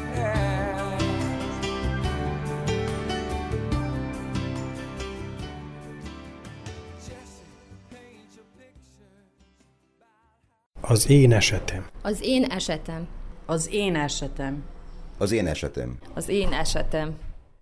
Az én esetem. Az én esetem. Az én esetem. Az én esetem. Az én esetem.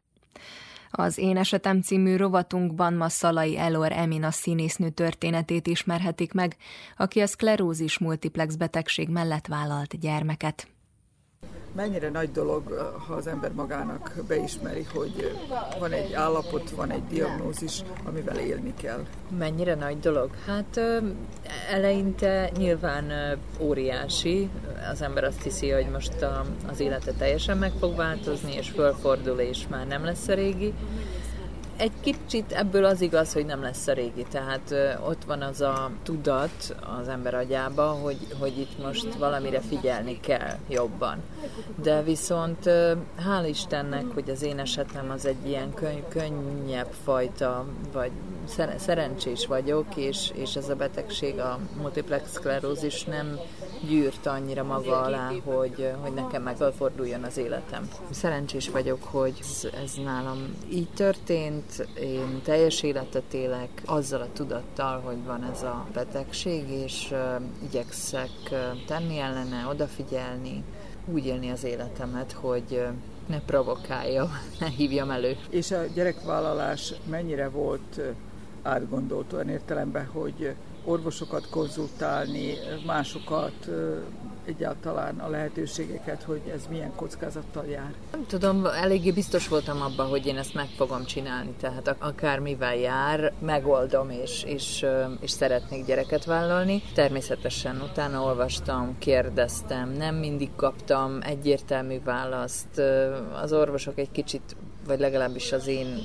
Az Én esetem című rovatunkban ma Szalai Elor Emina színésznő történetét ismerhetik meg, aki a szklerózis multiplex betegség mellett vállalt gyermeket. Mennyire nagy dolog, ha az ember magának beismeri, hogy van egy állapot, van egy diagnózis, amivel élni kell. Mennyire nagy dolog? Hát eleinte nyilván óriási. Az ember azt hiszi, hogy most a, az élete teljesen meg fog változni, és fölfordul, és már nem lesz a régi. Egy kicsit ebből az igaz, hogy nem lesz a régi, tehát ö, ott van az a tudat az ember agyába, hogy, hogy itt most valamire figyelni kell jobban. De viszont ö, hál' Istennek, hogy az én esetem az egy ilyen könny- könnyebb fajta, vagy szer- szerencsés vagyok, és, és ez a betegség, a multiplex szklerózis nem gyűrt annyira maga alá, hogy, hogy nekem megforduljon az életem. Szerencsés vagyok, hogy ez, ez nálam így történt. Én teljes életet élek azzal a tudattal, hogy van ez a betegség, és uh, igyekszek uh, tenni ellene, odafigyelni, úgy élni az életemet, hogy uh, ne provokálja, ne hívjam elő. És a gyerekvállalás mennyire volt uh, átgondolt olyan értelemben, hogy uh, orvosokat konzultálni, másokat, uh, egyáltalán a lehetőségeket, hogy ez milyen kockázattal jár? Nem tudom, eléggé biztos voltam abban, hogy én ezt meg fogom csinálni, tehát akármivel jár, megoldom, és, és, és szeretnék gyereket vállalni. Természetesen utána olvastam, kérdeztem, nem mindig kaptam egyértelmű választ. Az orvosok egy kicsit, vagy legalábbis az én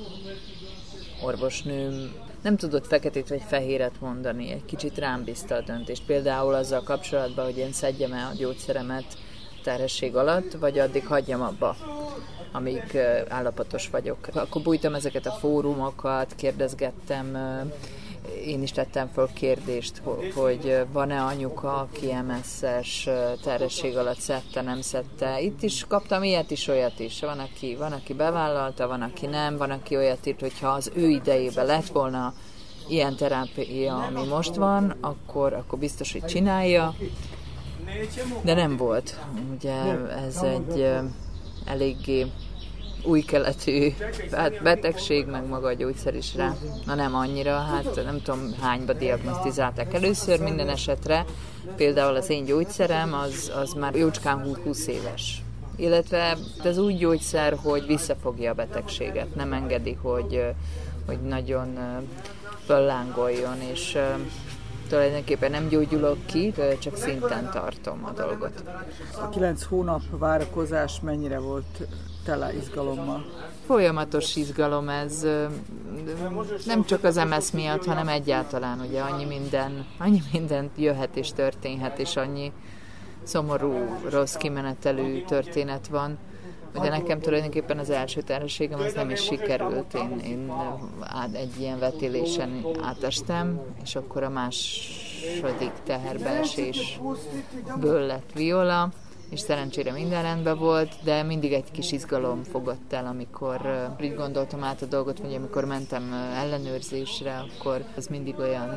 orvosnőm nem tudott feketét vagy fehéret mondani, egy kicsit rám bízta a döntést. Például azzal kapcsolatban, hogy én szedjem el a gyógyszeremet terhesség alatt, vagy addig hagyjam abba, amíg állapotos vagyok. Akkor bújtam ezeket a fórumokat, kérdezgettem, én is tettem föl kérdést, hogy van-e anyuka, aki em es-es terhesség alatt szedte, nem szedte. Itt is kaptam ilyet is, olyat is. Van, aki, van, aki bevállalta, van, aki nem, van, aki olyat írt, hogyha az ő idejében lett volna ilyen terápia, ami most van, akkor, akkor biztos, hogy csinálja. De nem volt. Ugye ez egy eléggé új keletű betegség, meg maga a gyógyszer is rá. Na nem annyira, hát nem tudom hányba diagnosztizálták először, minden esetre. Például az én gyógyszerem az, az már jócskán húsz éves. Illetve ez úgy gyógyszer, hogy visszafogja a betegséget, nem engedi, hogy, hogy nagyon föllángoljon, és tulajdonképpen nem gyógyulok ki, csak szinten tartom a dolgot. A kilenc hónap várakozás mennyire volt tele izgalommal? Folyamatos izgalom ez, nem csak az em es miatt, hanem egyáltalán, ugye annyi minden, annyi minden jöhet és történhet, és annyi szomorú, rossz kimenetelű történet van, de nekem tulajdonképpen az első terhességem az nem is sikerült. Én, én át, egy ilyen vetélésen átestem, és akkor a második teherbeesésből lett Viola, és szerencsére minden rendben volt, de mindig egy kis izgalom fogott el, amikor uh, így gondoltam át a dolgot, vagy amikor mentem uh, ellenőrzésre, akkor az mindig olyan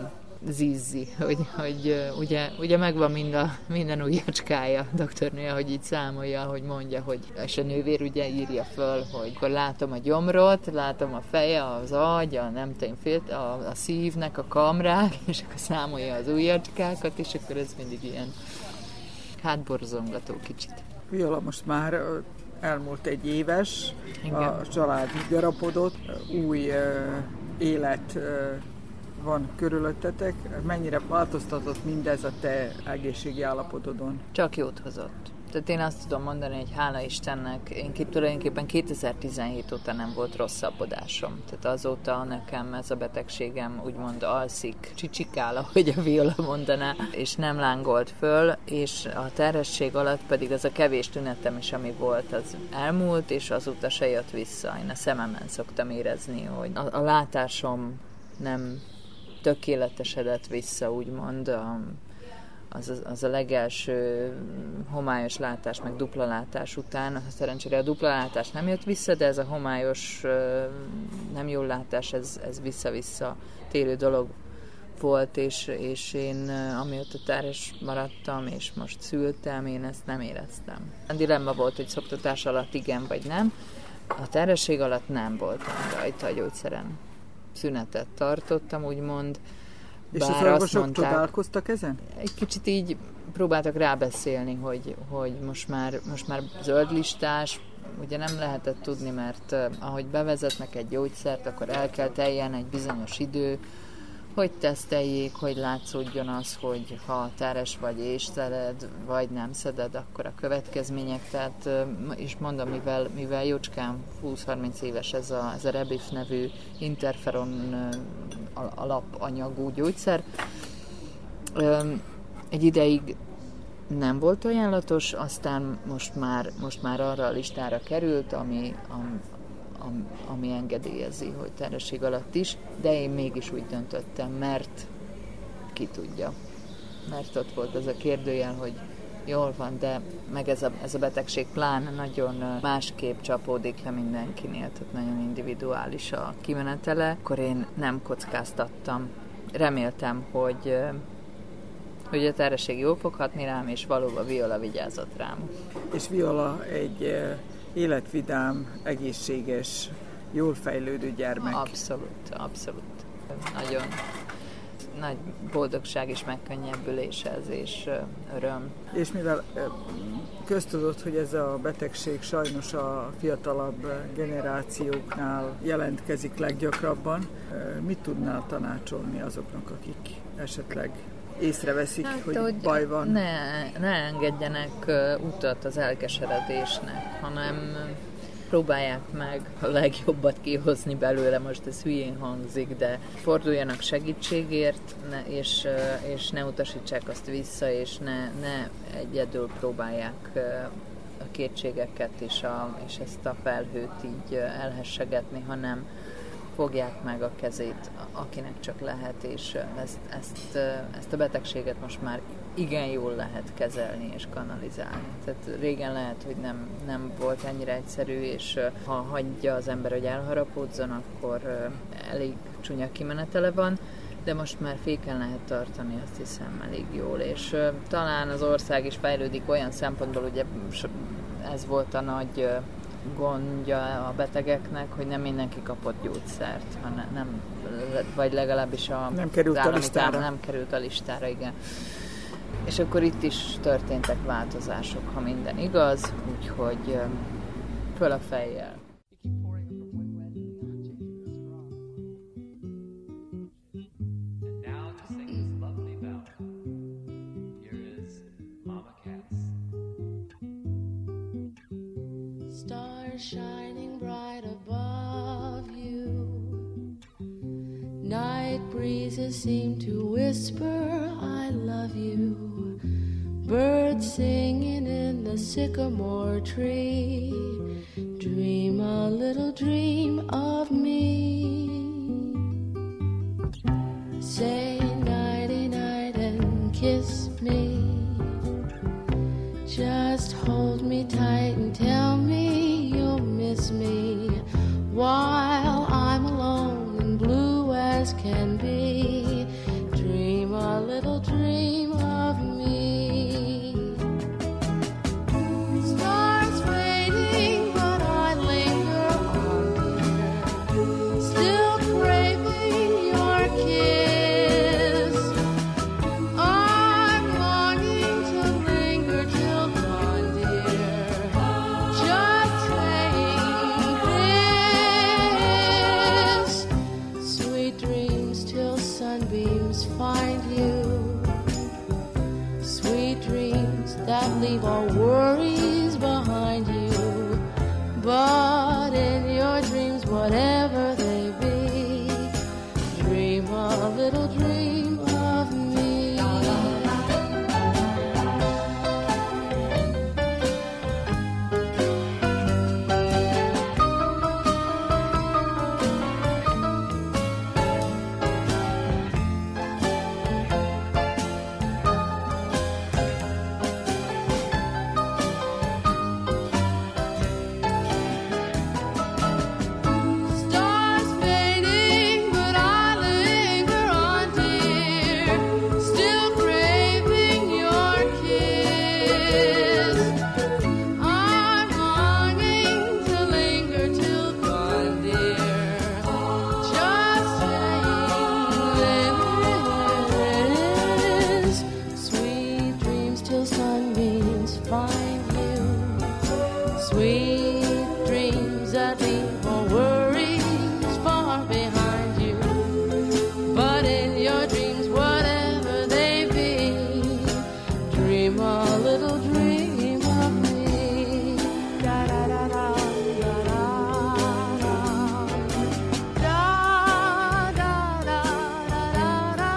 Zizzi, hogy, hogy ugye, ugye megvan mind a, minden ujjacskája, doktornője, hogy így számolja, hogy mondja, hogy és a nővér ugye írja föl, hogy akkor látom a gyomrot, látom a feje, az agy, a nem tudom, fél, a, a szívnek a kamrák, és akkor számolja az ujjacskákat, és akkor ez mindig ilyen hátborzongató kicsit. Viola most már elmúlt egy éves, igen. A család gyarapodott, új uh, élet uh, van körülöttetek. Mennyire változtatott mindez a te egészségi állapotodon? Csak jót hozott. Tehát én azt tudom mondani, hogy hála Istennek, én tulajdonképpen kétezer-tizenhét óta nem volt rosszabbodásom. Tehát azóta nekem ez a betegségem úgymond alszik, csicsikál, ahogy a Viola mondaná, és nem lángolt föl, és a terhesség alatt pedig az a kevés tünetem is, ami volt, az elmúlt, és azóta se jött vissza. Én a szememen szoktam érezni, hogy a, a látásom nem tökéletesedett vissza, úgymond, a, az, az a legelső homályos látás, meg dupla látás után. Szerencsére a dupla látás nem jött vissza, de ez a homályos nem jól látás, ez, ez vissza-vissza térő dolog volt, és, és én amióta terhes maradtam, és most szültem, én ezt nem éreztem. A dilemma volt, hogy szoptatás alatt igen vagy nem. A terhesség alatt nem voltam rajta a gyógyszeren. Szünetet tartottam, úgymond. És az orvosok csodálkoztak ezen? Egy kicsit így próbáltak rábeszélni, hogy, hogy most, már, most már zöld listás, ugye nem lehetett tudni, mert uh, ahogy bevezetnek egy gyógyszert, akkor el kell teljen egy bizonyos idő, hogy teszteljék, hogy látszódjon az, hogy ha terhes vagy és szeded, vagy nem szeded, akkor a következmények, tehát, uh, és mondom, mivel, mivel jócskán húsz-harminc éves ez a, ez a Rebif nevű interferon uh, alapanyagú gyógyszer, um, egy ideig nem volt ajánlatos, aztán most már, most már arra a listára került, ami, ami, ami engedélyezi, hogy terhesség alatt is, de én mégis úgy döntöttem, mert ki tudja. Mert ott volt ez a kérdőjel, hogy jól van, de meg ez a, ez a betegség pláne nagyon másképp csapódik le mindenkinél, tehát nagyon individuális a kimenetele, akkor én nem kockáztattam. Reméltem, hogy hogy a terhesség jól fog hatni rám, és valóban Viola vigyázott rám. És Viola egy életvidám, egészséges, jól fejlődő gyermek. Abszolút, abszolút. Nagyon nagy boldogság és megkönnyebbülés ez, és öröm. És mivel köztudott, hogy ez a betegség sajnos a fiatalabb generációknál jelentkezik leggyakrabban, mit tudnál tanácsolni azoknak, akik esetleg észreveszik, hát, hogy, hogy baj van? Ne, ne engedjenek utat az elkeseredésnek, hanem próbálják meg a legjobbat kihozni belőle, most ez hülyén hangzik, de forduljanak segítségért, ne, és, és ne utasítsák azt vissza, és ne, ne egyedül próbálják a kétségeket és, a, és ezt a felhőt így elhessegetni, hanem fogják meg a kezét, akinek csak lehet, és ezt, ezt, ezt a betegséget most már igen jól lehet kezelni és kanalizálni. Tehát régen lehet, hogy nem, nem volt ennyire egyszerű, és ha hagyja az ember, hogy elharapódzon, akkor elég csúnya kimenetele van, de most már féken lehet tartani, azt hiszem, elég jól, és talán az ország is fejlődik olyan szempontból, ugye ez volt a nagy gondja a betegeknek, hogy nem mindenki kapott gyógyszert, hanem nem, vagy legalábbis a nem került a listára. Nem került a listára, igen. És akkor itt is történtek változások, ha minden igaz, úgyhogy föl a fejjel. Shining bright above you, night breezes seem to whisper I love you, birds singing in the sycamore tree, dream a little dream of me, say nighty night and kiss me, just hold me tight and tell me miss me while I'm alone and blue as can be. Dream not leave all worries far behind you. But in your dreams, whatever they be, dream a little dream of me. Da da da da da da da da da da da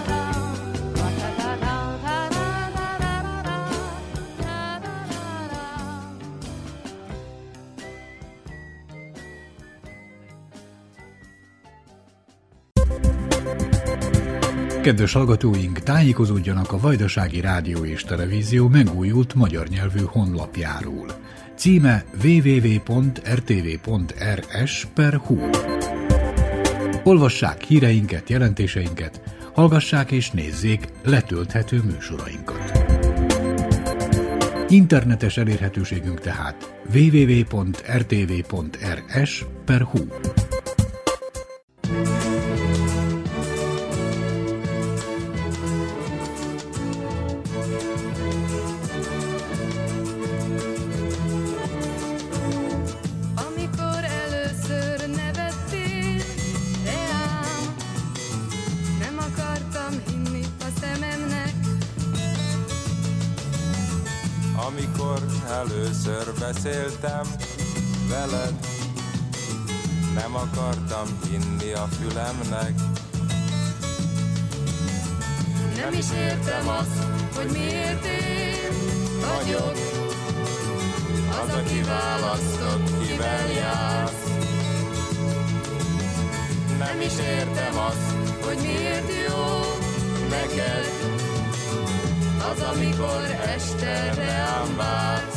Kedves hallgatóink, tájékozódjanak a Vajdasági Rádió és Televízió megújult magyar nyelvű honlapjáról. Címe double-u double-u double-u pont r t v pont r s per hu. Olvassák híreinket, jelentéseinket, hallgassák és nézzék letölthető műsorainkat. Internetes elérhetőségünk tehát double-u double-u double-u pont r t v pont r s per hu. Amikor először nevettél reám, nem akartam hinni a szememnek. Amikor először beszéltem veled, nem akartam hinni a fülemnek. Nem is értem azt, hogy miért én vagyok az, aki választott, kivel jársz. Nem is értem azt, hogy miért jó neked az, amikor este reám vársz.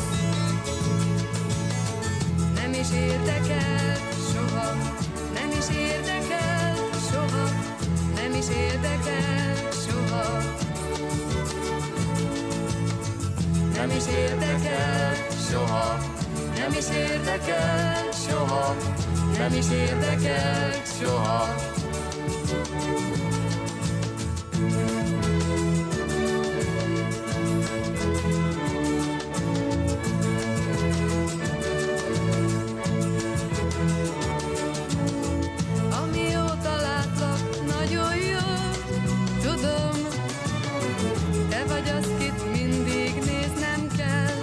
Nem is érdekel soha, nem is érdekel soha, nem is érdekel soha. Nem is érdekel soha, nem is érdekel soha, nem is érdekel soha. Amióta látlak, nagyon jó, tudom, te vagy az, kit mindig néznem kell.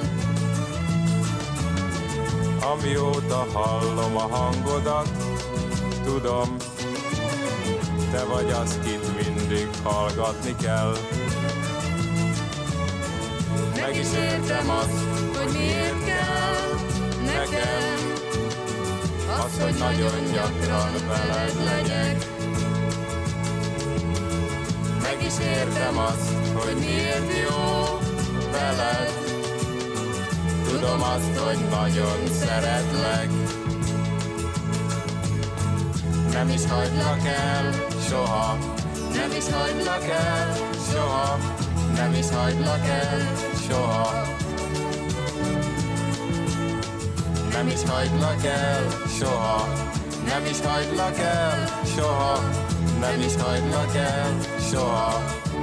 Amióta hallom a hangodat, tudom, te vagy az, kit mindig hallgatni kell. Meg is értem azt, hogy miért kell nekem az, hogy nagyon gyakran veled legyek. Meg is értem azt, hogy miért jó veled. Tudom azt, hogy nagyon szeretlek. Nem is hagylak el soha, nem is hagylak el soha, nem is hagylak el soha. Nem is hagylak el soha, nem is hagylak el soha, nem is hagylak el soha.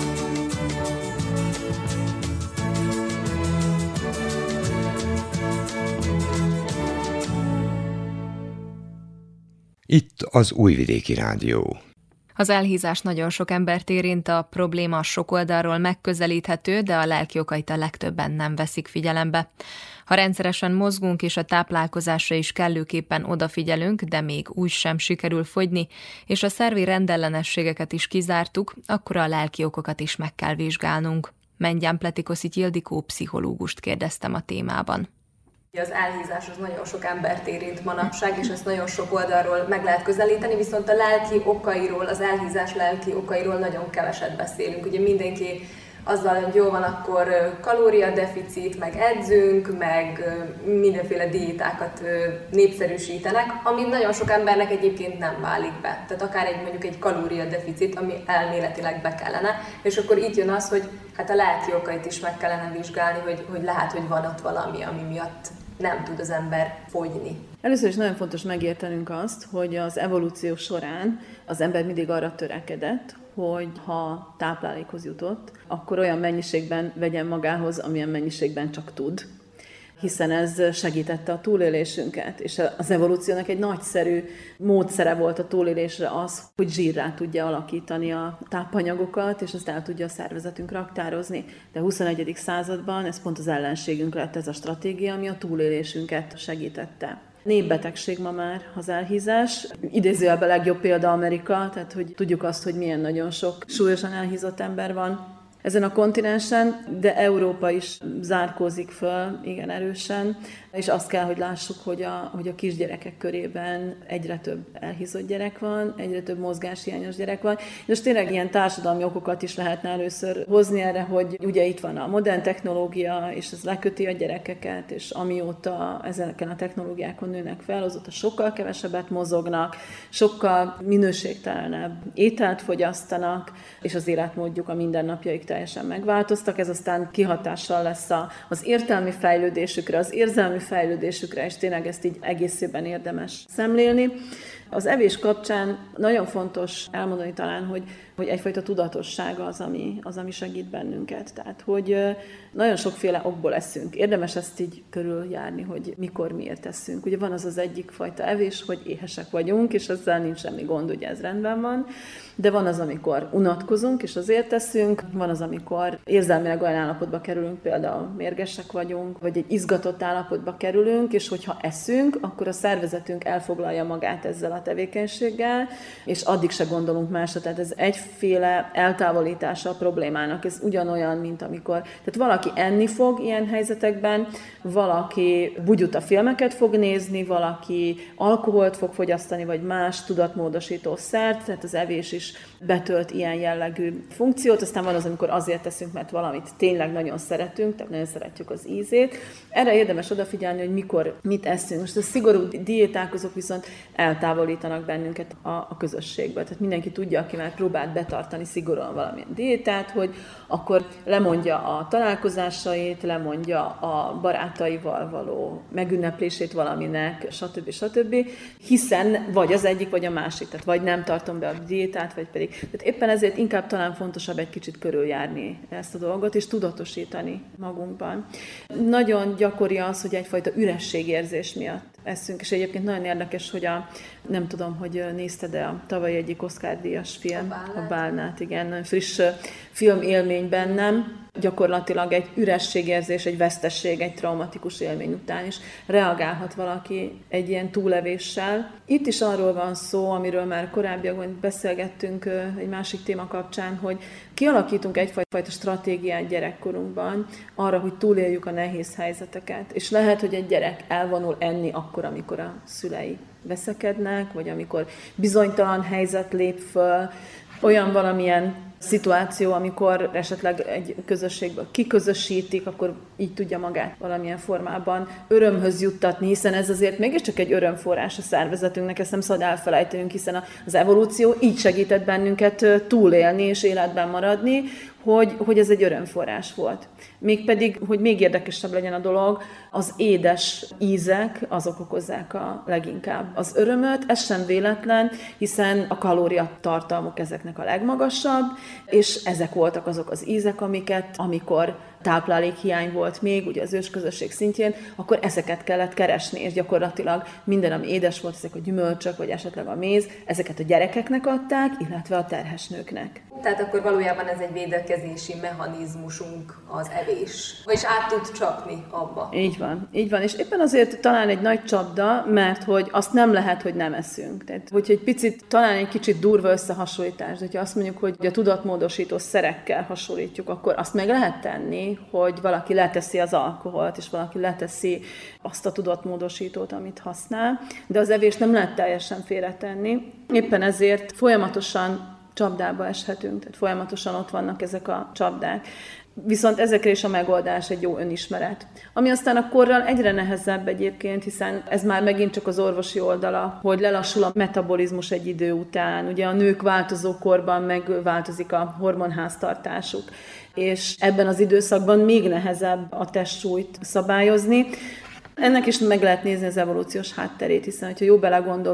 Itt az Újvidéki Rádió. Az elhízás nagyon sok embert érint, a probléma sok oldalról megközelíthető, de a lelki okait a legtöbben nem veszik figyelembe. Ha rendszeresen mozgunk és a táplálkozásra is kellőképpen odafigyelünk, de még úgy sem sikerül fogyni, és a szervi rendellenességeket is kizártuk, akkor a lelki okokat is meg kell vizsgálnunk. Mengyán Pletikoszit Ildikó pszichológust kérdeztem a témában. Az elhízás az nagyon sok embert érint manapság, és ezt nagyon sok oldalról meg lehet közelíteni, viszont a lelki okairól, az elhízás lelki okairól nagyon keveset beszélünk. Ugye mindenki azzal, hogy jó van, akkor kalóriadeficit, meg edzünk, meg mindenféle diétákat népszerűsítenek, ami nagyon sok embernek egyébként nem válik be. Tehát akár egy mondjuk egy kalóriadeficit, ami elméletileg be kellene, és akkor itt jön az, hogy hát a lelki okait is meg kellene vizsgálni, hogy, hogy lehet, hogy van ott valami, ami miatt nem tud az ember fogyni. Először is nagyon fontos megértenünk azt, hogy az evolúció során az ember mindig arra törekedett, hogy ha táplálékhoz jutott, akkor olyan mennyiségben vegyen magához, amilyen mennyiségben csak tud. hiszen ez segítette a túlélésünket, és az evolúciónak egy nagyszerű módszere volt a túlélésre az, hogy zsírrá tudja alakítani a tápanyagokat, és azt el tudja a szervezetünk raktározni. De a huszonegyedik században ez pont az ellenségünk lett, ez a stratégia, ami a túlélésünket segítette. Népbetegség ma már az elhízás. Idézőjelben legjobb példa Amerika, tehát hogy tudjuk azt, hogy milyen nagyon sok súlyosan elhízott ember van ezen a kontinensen, de Európa is zárkózik föl igen erősen, és azt kell, hogy lássuk, hogy a, hogy a kisgyerekek körében egyre több elhízott gyerek van, egyre több mozgáshiányos gyerek van, és tényleg ilyen társadalmi okokat is lehetne először hozni erre, hogy ugye itt van a modern technológia, és ez leköti a gyerekeket, és amióta ezeken a technológiákon nőnek fel, azóta sokkal kevesebbet mozognak, sokkal minőségtelenebb ételt fogyasztanak, és az életmódjuk, a mindennapjaik teljesen megváltoztak, ez aztán kihatással lesz az értelmi fejlődésükre, az érzelmi fejlődésükre, és tényleg ezt így egészében érdemes szemlélni. Az evés kapcsán nagyon fontos elmondani talán, hogy, hogy egyfajta tudatosság az ami, az, ami segít bennünket. Tehát, hogy nagyon sokféle okból eszünk. Érdemes ezt így körüljárni, hogy mikor, miért eszünk. Ugye van az az egyik fajta evés, hogy éhesek vagyunk, és ezzel nincs semmi gond, ugye ez rendben van. De van az, amikor unatkozunk, és azért teszünk. Van az, amikor érzelmileg olyan állapotba kerülünk, például mérgesek vagyunk, vagy egy izgatott állapotba kerülünk, és hogyha eszünk, akkor a szervezetünk elfoglalja magát ezzel a tevékenységgel, és addig se gondolunk másra. Tehát ez egyféle eltávolítása a problémának. Ez ugyanolyan, mint amikor... Tehát valaki enni fog ilyen helyzetekben, valaki bugyuta filmeket fog nézni, valaki alkoholt fog fogyasztani, vagy más tudatmódosító szert, tehát az evés is betölt ilyen jellegű funkciót. Aztán van az, amikor azért teszünk, mert valamit tényleg nagyon szeretünk, tehát nagyon szeretjük az ízét. Erre érdemes odafigyelni, hogy mikor mit eszünk. Most a szigorú diétálkozók viszont eltávolítanak bennünket a, a közösségből. Tehát mindenki tudja, aki már próbált betartani szigorúan valamilyen diétát, hogy akkor lemondja a találkozásait, lemondja a barátaival való megünneplését valaminek, stb. stb. Hiszen vagy az egyik, vagy a másik. Tehát vagy nem tartom be a diétát, vagy pedig. Tehát éppen ezért inkább talán fontosabb egy kicsit körüljárni ezt a dolgot, és tudatosítani magunkban. Nagyon gyakori az, hogy egyfajta ürességérzés miatt eszünk, és egyébként nagyon érdekes, hogy a, nem tudom, hogy nézted-e a tavaly egyik Oscar-díjas film, a Bálnát, a Bálnát igen, nagyon friss filmélmény bennem, gyakorlatilag egy ürességérzés, egy vesztesség, egy traumatikus élmény után is reagálhat valaki egy ilyen túlevéssel. Itt is arról van szó, amiről már korábbiakban beszélgettünk egy másik téma kapcsán, hogy kialakítunk egyfajta stratégiát gyerekkorunkban arra, hogy túléljük a nehéz helyzeteket. És lehet, hogy egy gyerek elvonul enni akkor, amikor a szülei veszekednek, vagy amikor bizonytalan helyzet lép föl, olyan valamilyen szituáció, amikor esetleg egy közösségből kiközösítik, akkor így tudja magát valamilyen formában örömhöz juttatni, hiszen ez azért mégiscsak egy örömforrás a szervezetünknek, ezt nem szabad elfelejtenünk, hiszen az evolúció így segített bennünket túlélni és életben maradni, hogy, hogy ez egy örömforrás volt. Mégpedig, hogy még érdekesebb legyen a dolog, az édes ízek, azok okozzák a leginkább az örömöt, ez sem véletlen, hiszen a kalóriatartalmuk ezeknek a legmagasabb, és ezek voltak azok az ízek, amiket, amikor táplálékhiány volt még, ugye az ősközösség szintjén, akkor ezeket kellett keresni, és gyakorlatilag minden, ami édes volt, ezek a gyümölcsök, vagy esetleg a méz, ezeket a gyerekeknek adták, illetve a terhes nőknek. Tehát akkor valójában ez egy védekezési mechanizmusunk az evés, vagyis át tud csapni abba. Így van, így van, és éppen azért talán egy nagy csapda, mert hogy azt nem lehet, hogy nem eszünk. Tehát, hogyha egy picit, talán egy kicsit durva összehasonlítás, de hogyha azt mondjuk, hogy a tudatmódosító szerekkel hasonlítjuk, akkor azt meg lehet tenni, hogy valaki leteszi az alkoholt, és valaki leteszi azt a tudatmódosítót, amit használ, de az evést nem lehet teljesen félretenni. Éppen ezért folyamatosan csapdába eshetünk, tehát folyamatosan ott vannak ezek a csapdák. Viszont ezekre is a megoldás egy jó önismeret. Ami aztán a korral egyre nehezebb egyébként, hiszen ez már megint csak az orvosi oldala, hogy lelassul a metabolizmus egy idő után. Ugye a nők változó korban megváltozik a hormonháztartásuk, és ebben az időszakban még nehezebb a testsúlyt szabályozni. Ennek is meg lehet nézni az evolúciós hátterét, hiszen ha jó belegondolunk,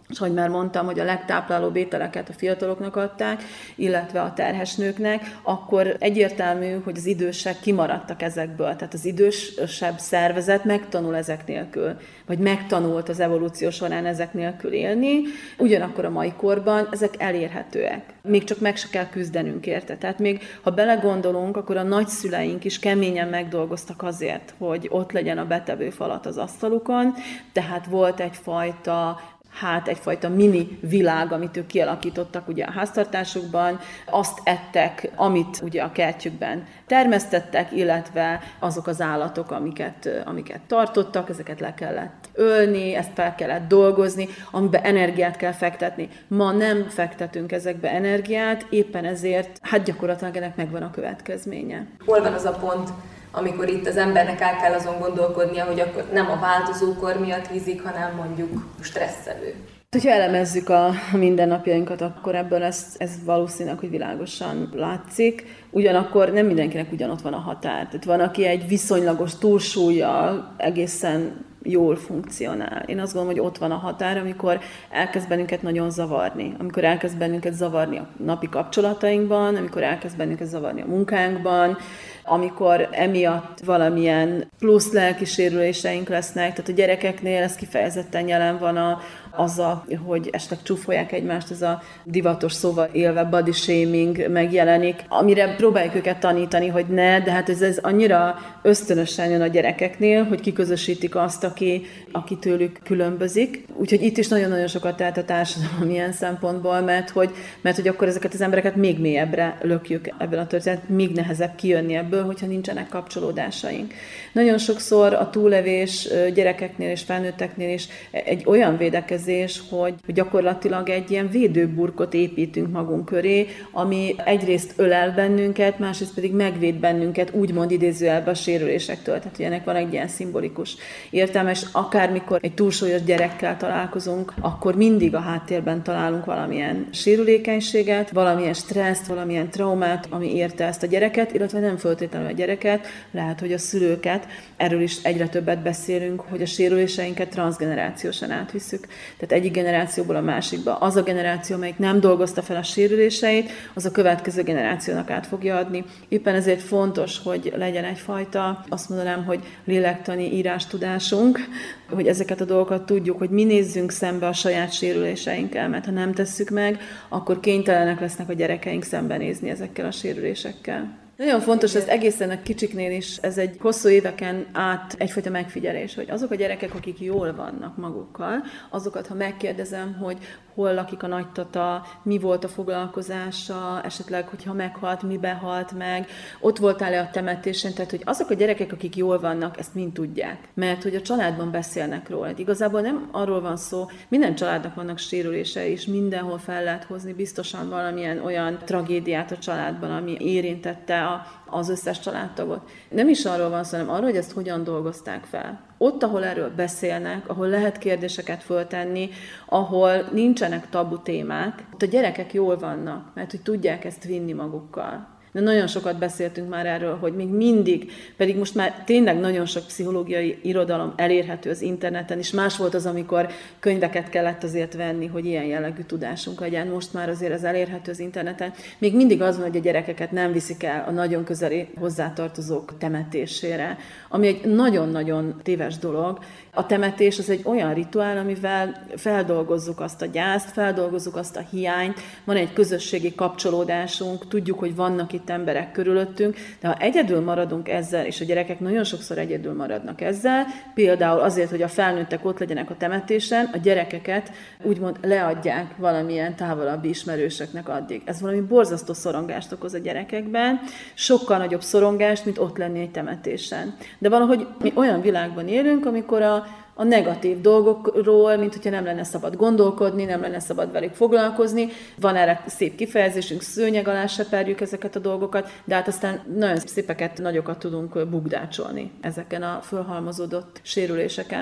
és ahogy már mondtam, hogy a legtáplálóbb ételeket a fiataloknak adták, illetve a terhes nőknek, akkor egyértelmű, hogy az idősek kimaradtak ezekből. Tehát az idősebb szervezet megtanul ezek nélkül, vagy megtanult az evolúció során ezek nélkül élni, ugyanakkor a mai korban ezek elérhetőek. Még csak meg se kell küzdenünk érte. Tehát még ha belegondolunk, akkor a nagyszüleink is keményen megdolgoztak azért, hogy ott legyen a betevő falat az asztalukon, tehát volt egyfajta hát egyfajta mini világ, amit ők kialakítottak ugye a háztartásukban, azt ettek, amit ugye a kertjükben termesztettek, illetve azok az állatok, amiket, amiket tartottak, ezeket le kellett ölni, ezt fel kellett dolgozni, amiben energiát kell fektetni. Ma nem fektetünk ezekbe energiát, éppen ezért hát gyakorlatilag ennek megvan a következménye. Hol van az a pont, amikor itt az embernek el kell azon gondolkodnia, hogy akkor nem a változókor miatt hízik, hanem mondjuk stresszelő. Ha elemezzük a mindennapjainkat, akkor ebből ez, ez valószínűleg, hogy világosan látszik. Ugyanakkor nem mindenkinek ugyanott van a határ. Tehát van, aki egy viszonylagos túlsúllyal egészen jól funkcionál. Én azt gondolom, hogy ott van a határ, amikor elkezd bennünket nagyon zavarni. Amikor elkezd bennünket zavarni a napi kapcsolatainkban, amikor elkezd bennünket zavarni a munkánkban, amikor emiatt valamilyen plusz lelki sérüléseink lesznek. Tehát a gyerekeknél ez kifejezetten jelen van a, azzal, hogy esetleg csúfolják egymást, ez a divatos szóval élve body shaming megjelenik, amire próbáljuk őket tanítani, hogy ne, de hát ez, ez annyira ösztönösen jön a gyerekeknél, hogy kiközösítik azt, aki, aki tőlük különbözik. Úgyhogy itt is nagyon-nagyon sokat tehet a társadalom ilyen szempontból, mert hogy, mert hogy akkor ezeket az embereket még mélyebbre lökjük ebben a történetben, még nehezebb kijönni ebből, hogyha nincsenek kapcsolódásaink. Nagyon sokszor a túllevés gyerekeknél és felnőtteknél is egy olyan védekezés, hogy gyakorlatilag egy ilyen védőburkot építünk magunk köré, ami egyrészt ölel bennünket, másrészt pedig megvéd bennünket, úgymond idézőjelben a sérülésektől. Tehát ennek van egy ilyen szimbolikus értelme, és akármikor egy túlsúlyos gyerekkel találkozunk, akkor mindig a háttérben találunk valamilyen sérülékenységet, valamilyen stresszt, valamilyen traumát, ami érte ezt a gyereket, illetve nem feltétlenül a gyereket, lehet, hogy a szülőket. Erről is egyre többet beszélünk, hogy a sérüléseinket transzgenerációsan átvisszük. Tehát egyik generációból a másikba. Az a generáció, amelyik nem dolgozta fel a sérüléseit, az a következő generációnak át fogja adni. Éppen ezért fontos, hogy legyen egyfajta, azt mondanám, hogy lélektani írástudásunk, hogy ezeket a dolgokat tudjuk, hogy mi nézzünk szembe a saját sérüléseinkkel, mert ha nem tesszük meg, akkor kénytelenek lesznek a gyerekeink szembenézni ezekkel a sérülésekkel. Nagyon fontos, ez egészen a kicsiknél is, ez egy hosszú éveken át egyfajta megfigyelés, hogy azok a gyerekek, akik jól vannak magukkal, azokat, ha megkérdezem, hogy hol lakik a nagytata, mi volt a foglalkozása, esetleg, hogyha meghalt, mibe halt meg, ott voltál-e a temetésen, tehát, hogy azok a gyerekek, akik jól vannak, ezt mind tudják. Mert hogy a családban beszélnek róla. Igazából nem arról van szó, minden családnak vannak sérülései, és mindenhol fel lehet hozni biztosan valamilyen olyan tragédiát a családban, ami érintette a, az összes családtagot. Nem is arról van szó, hanem arról, hogy ezt hogyan dolgozták fel. Ott, ahol erről beszélnek, ahol lehet kérdéseket föltenni, ahol nincsenek tabu témák, ott a gyerekek jól vannak, mert hogy tudják ezt vinni magukkal. De nagyon sokat beszéltünk már erről, hogy még mindig, pedig most már tényleg nagyon sok pszichológiai irodalom elérhető az interneten, és más volt az, amikor könyveket kellett azért venni, hogy ilyen jellegű tudásunk legyen. Most már azért ez elérhető az interneten. Még mindig az van, hogy a gyerekeket nem viszik el a nagyon közeli hozzátartozók temetésére, ami egy nagyon-nagyon téves dolog. A temetés az egy olyan rituál, amivel feldolgozzuk azt a gyászt, feldolgozzuk azt a hiányt, van egy közösségi kapcsolódásunk, tudjuk, hogy vannak itt emberek körülöttünk, de ha egyedül maradunk ezzel, és a gyerekek nagyon sokszor egyedül maradnak ezzel, például azért, hogy a felnőttek ott legyenek a temetésen, a gyerekeket úgymond leadják valamilyen távolabbi ismerősöknek addig. Ez valami borzasztó szorongást okoz a gyerekekben, sokkal nagyobb szorongást, mint ott lenni egy temetésen. De valahogy mi olyan világban élünk, amikor a a negatív dolgokról, mint hogyha nem lenne szabad gondolkodni, nem lenne szabad velük foglalkozni. Van erre szép kifejezésünk, szőnyeg alá seperjük ezeket a dolgokat, de hát aztán nagyon szépeket, nagyokat tudunk bugdácsolni ezeken a fölhalmozódott sérüléseken.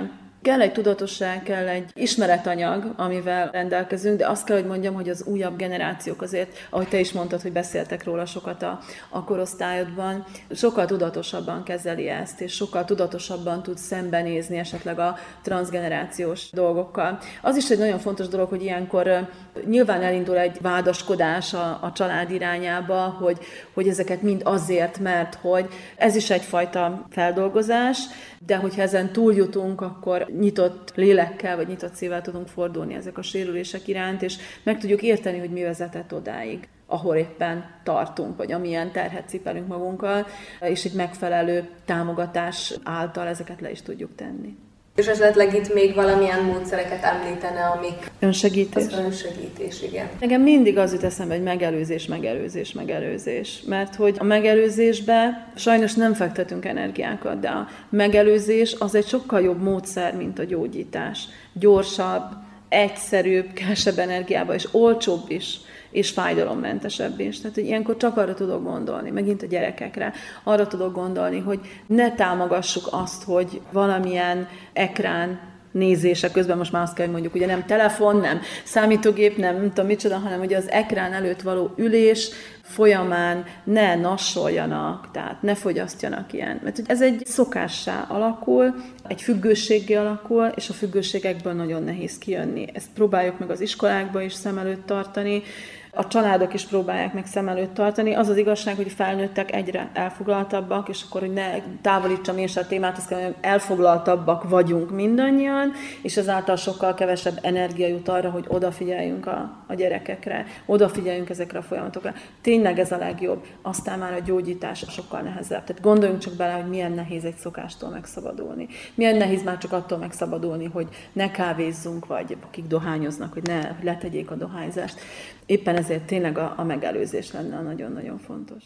Kell egy tudatosság, kell egy ismeretanyag, amivel rendelkezünk, de azt kell, hogy mondjam, hogy az újabb generációk azért, ahogy te is mondtad, hogy beszéltek róla sokat a, a korosztályodban, sokkal tudatosabban kezeli ezt, és sokkal tudatosabban tud szembenézni esetleg a transzgenerációs dolgokkal. Az is egy nagyon fontos dolog, hogy ilyenkor nyilván elindul egy vádaskodás a, a család irányába, hogy, hogy ezeket mind azért, mert hogy ez is egyfajta feldolgozás, de hogyha ezen túljutunk, akkor nyitott lélekkel, vagy nyitott szívvel tudunk fordulni ezek a sérülések iránt, és meg tudjuk érteni, hogy mi vezetett odáig, ahol éppen tartunk, vagy amilyen terhet cipelünk magunkkal, és egy megfelelő támogatás által ezeket le is tudjuk tenni. És esetleg itt még valamilyen módszereket említene, amik... Önsegítés. Az önsegítés, igen. Nekem mindig az jut eszembe, hogy megelőzés, megelőzés, megelőzés. Mert hogy a megelőzésbe sajnos nem fektetünk energiákat, de a megelőzés az egy sokkal jobb módszer, mint a gyógyítás. Gyorsabb, egyszerűbb, kevesebb energiába, és olcsóbb is, és fájdalommentesebb is. Tehát, hogy ilyenkor csak arra tudok gondolni, megint a gyerekekre, arra tudok gondolni, hogy ne támogassuk azt, hogy valamilyen ekrán nézése közben, most már azt kell, hogy mondjuk, ugye nem telefon, nem számítógép, nem, nem tudom micsoda, hanem ugye az ekrán előtt való ülés folyamán ne nassoljanak, tehát ne fogyasztjanak ilyen. Mert ez egy szokássá alakul, egy függőséggé alakul, és a függőségekből nagyon nehéz kijönni. Ezt próbáljuk meg az iskolákban is szem előtt tartani, a családok is próbálják meg szem előtt tartani. Az az igazság, hogy felnőttek egyre elfoglaltabbak, és akkor, hogy ne távolítsam én se a témát, azt kell, hogy elfoglaltabbak vagyunk mindannyian, és ezáltal sokkal kevesebb energia jut arra, hogy odafigyeljünk a, a gyerekekre, odafigyeljünk ezekre a folyamatokra. Tényleg ez a legjobb, aztán már a gyógyítás sokkal nehezebb. Tehát gondoljunk csak bele, hogy milyen nehéz egy szokástól megszabadulni. Milyen nehéz már csak attól megszabadulni, hogy ne kávézzunk, vagy akik dohányoznak, hogy ne letegyék a dohányzást. Éppen ezért tényleg a, a megelőzés lenne nagyon-nagyon fontos.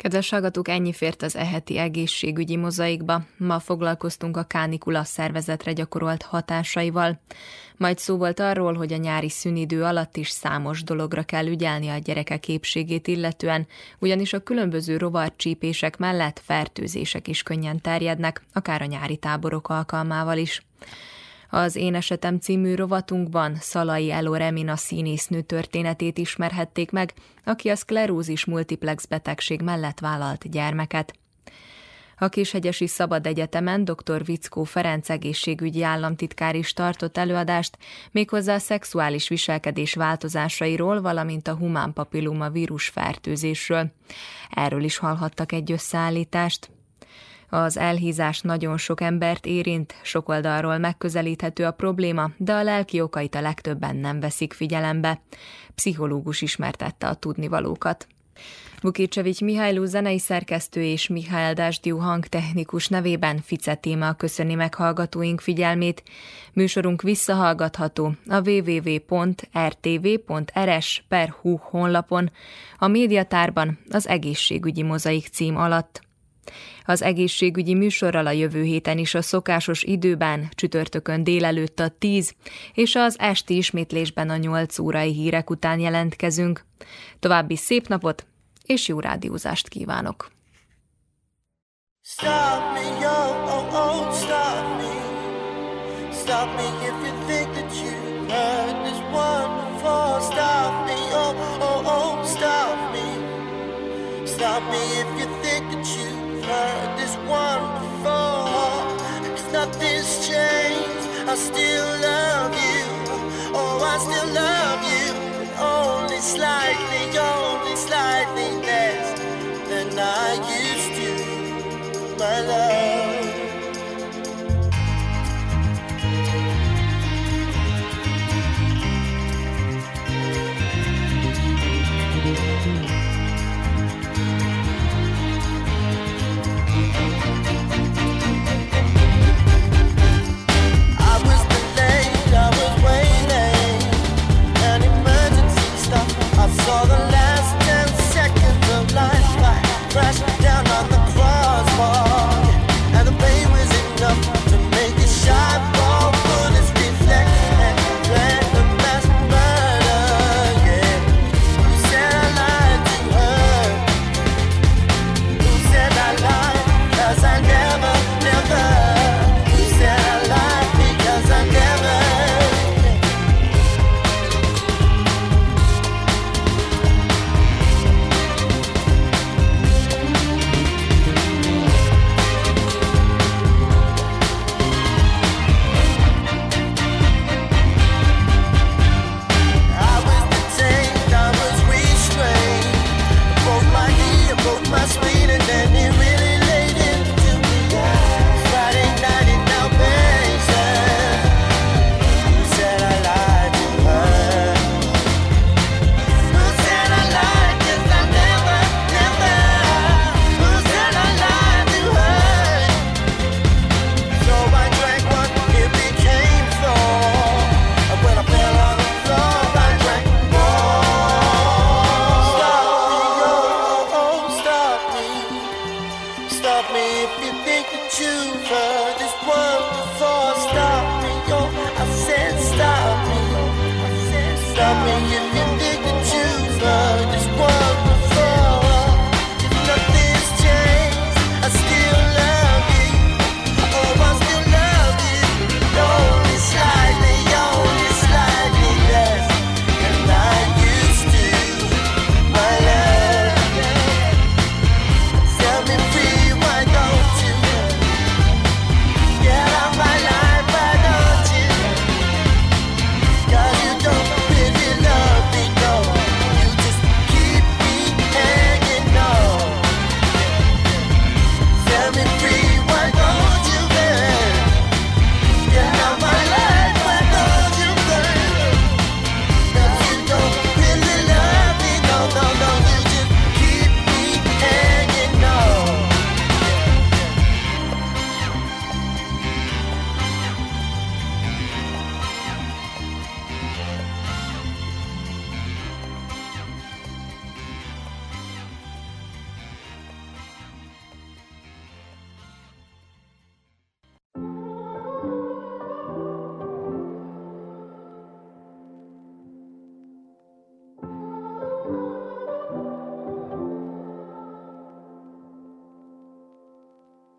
Kedves hallgatók, ennyi fért az e heti egészségügyi mozaikba. Ma foglalkoztunk a kánikula szervezetre gyakorolt hatásaival. Majd szó volt arról, hogy a nyári szünidő alatt is számos dologra kell ügyelni a gyerekek épségét illetően, ugyanis a különböző rovarcsípések mellett fertőzések is könnyen terjednek, akár a nyári táborok alkalmával is. Az Én esetem című rovatunkban Szalai Eló Remina színésznő történetét ismerhették meg, aki a szklerózis multiplex betegség mellett vállalt gyermeket. A Kishegyesi Szabad Egyetemen dr. Vickó Ferenc egészségügyi államtitkár is tartott előadást, méghozzá a szexuális viselkedés változásairól, valamint a humán papilloma vírus fertőzésről. Erről is hallhattak egy összeállítást. Az elhízás nagyon sok embert érint, sok oldalról megközelíthető a probléma, de a lelki okait a legtöbben nem veszik figyelembe. Pszichológus ismertette a tudnivalókat. Vukicsevics Mihályló zenei szerkesztő és Mihály Dásdiú hangtechnikus nevében Fice Téma köszöni meg hallgatóink figyelmét. Műsorunk visszahallgatható a double-u double-u double-u pont r t v pont r s per h u honlapon, a médiatárban az egészségügyi mozaik cím alatt. Az egészségügyi műsorral a jövő héten is a szokásos időben, csütörtökön délelőtt a tíz, és az esti ismétlésben a nyolc órai hírek után jelentkezünk. További szép napot és jó rádiózást kívánok! Stop me, oh, oh, oh, stop me. Stop me if you think that you heard this one before. Stop me, oh, oh, oh, stop me. Stop me if you think that you heard this one before. 'Cause nothing's changed, I still love you. Oh, I still love you, but only slightly, only slightly less than I used to, my love. Saw the last ten seconds of life crash down on the crossbar, and the pain was enough to make a shot ball bullets reflect and plan the mass murder. Yeah, who said I lied to her? Who said I lied? 'Cause I never, never. Who said I lied? Because I never. My spleen and then it really laid into me. Friday night in outpatient. Who said I lied to her? Who said I lied? 'Cause I never, never. Who said I lied to her? So I drank one, it became four. And when I fell on the floor, I drank more. Stop me if you think that you've heard this one before. Stop me, oh, I said stop me. I said stop me if you think that you've heard this one before. If nothing's changed, I still love you. Oh, I still love you. Only slightly, only slightly less than I used to, my love. Set me free. Why don't you get out my life?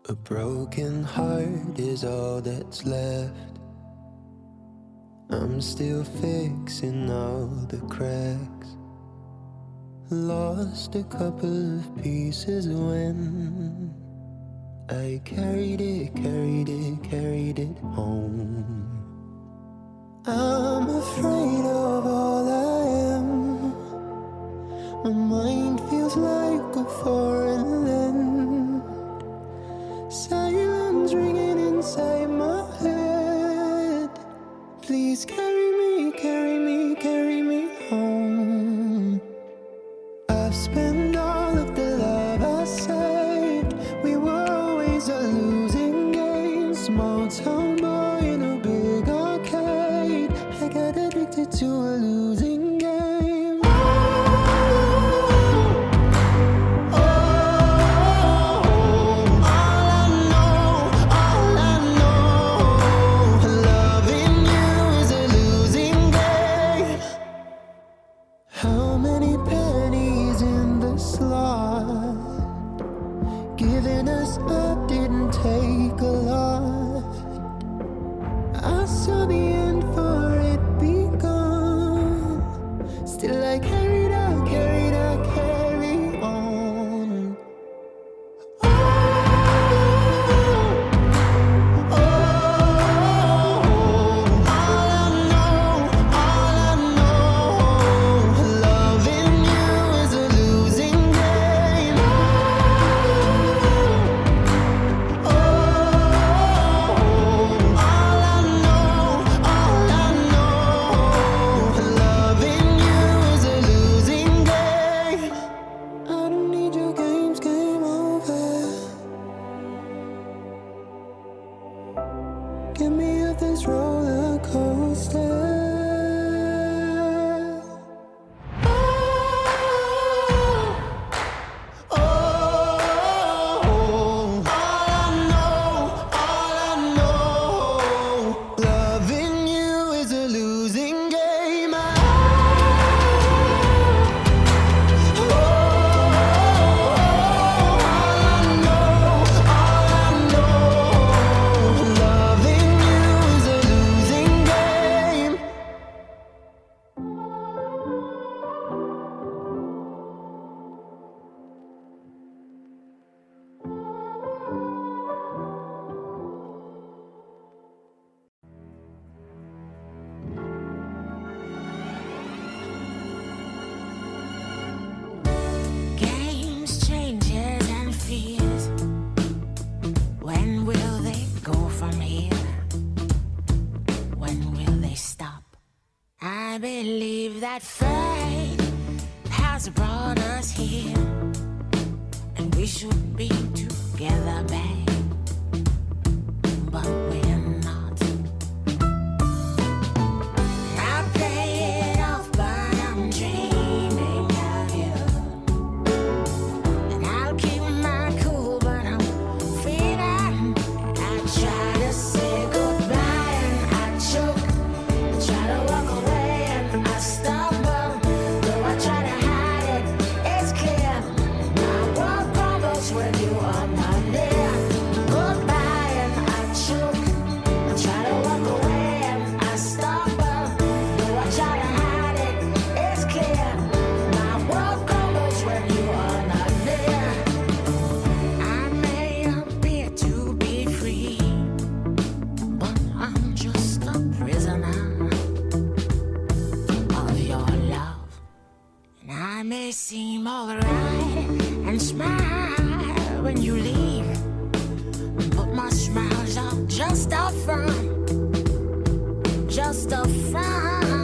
A broken heart is all that's left. I'm still fixing all the cracks. Lost a couple of pieces when I carried it, carried it, carried it home. I'm afraid of all I am. My mind feels like a foreign land. Silence ringing inside my head. Please carry me, carry me, carry me home. I've spent all of the love I saved. We were always a losing game. Small town boy in a big arcade. I got addicted to a losing game. Giving us up didn't take a lot. I saw the end for it begun. Still I carried out, carried out, carry on. Oh, oh, oh, all I know, all I know, loving you is a losing game. Get me off this roller coaster. I believe that fate has brought us here, and we should be together, babe, but we're not. I play it off, but I'm dreaming of you, and I'll keep my cool, but I'm feeling. I try to say goodbye and I choke, I try to walk away and I stumble, though I try to hide it, it's clear. My world crumbles when you are not there. Goodbye and I choke, I try to walk away and I stumble, though I try to hide it, it's clear. My world crumbles when you are not there. I may appear to be free, but I'm just a prisoner of your love. And I may seem alright and smile when you leave, but my smiles are just a front, just a front.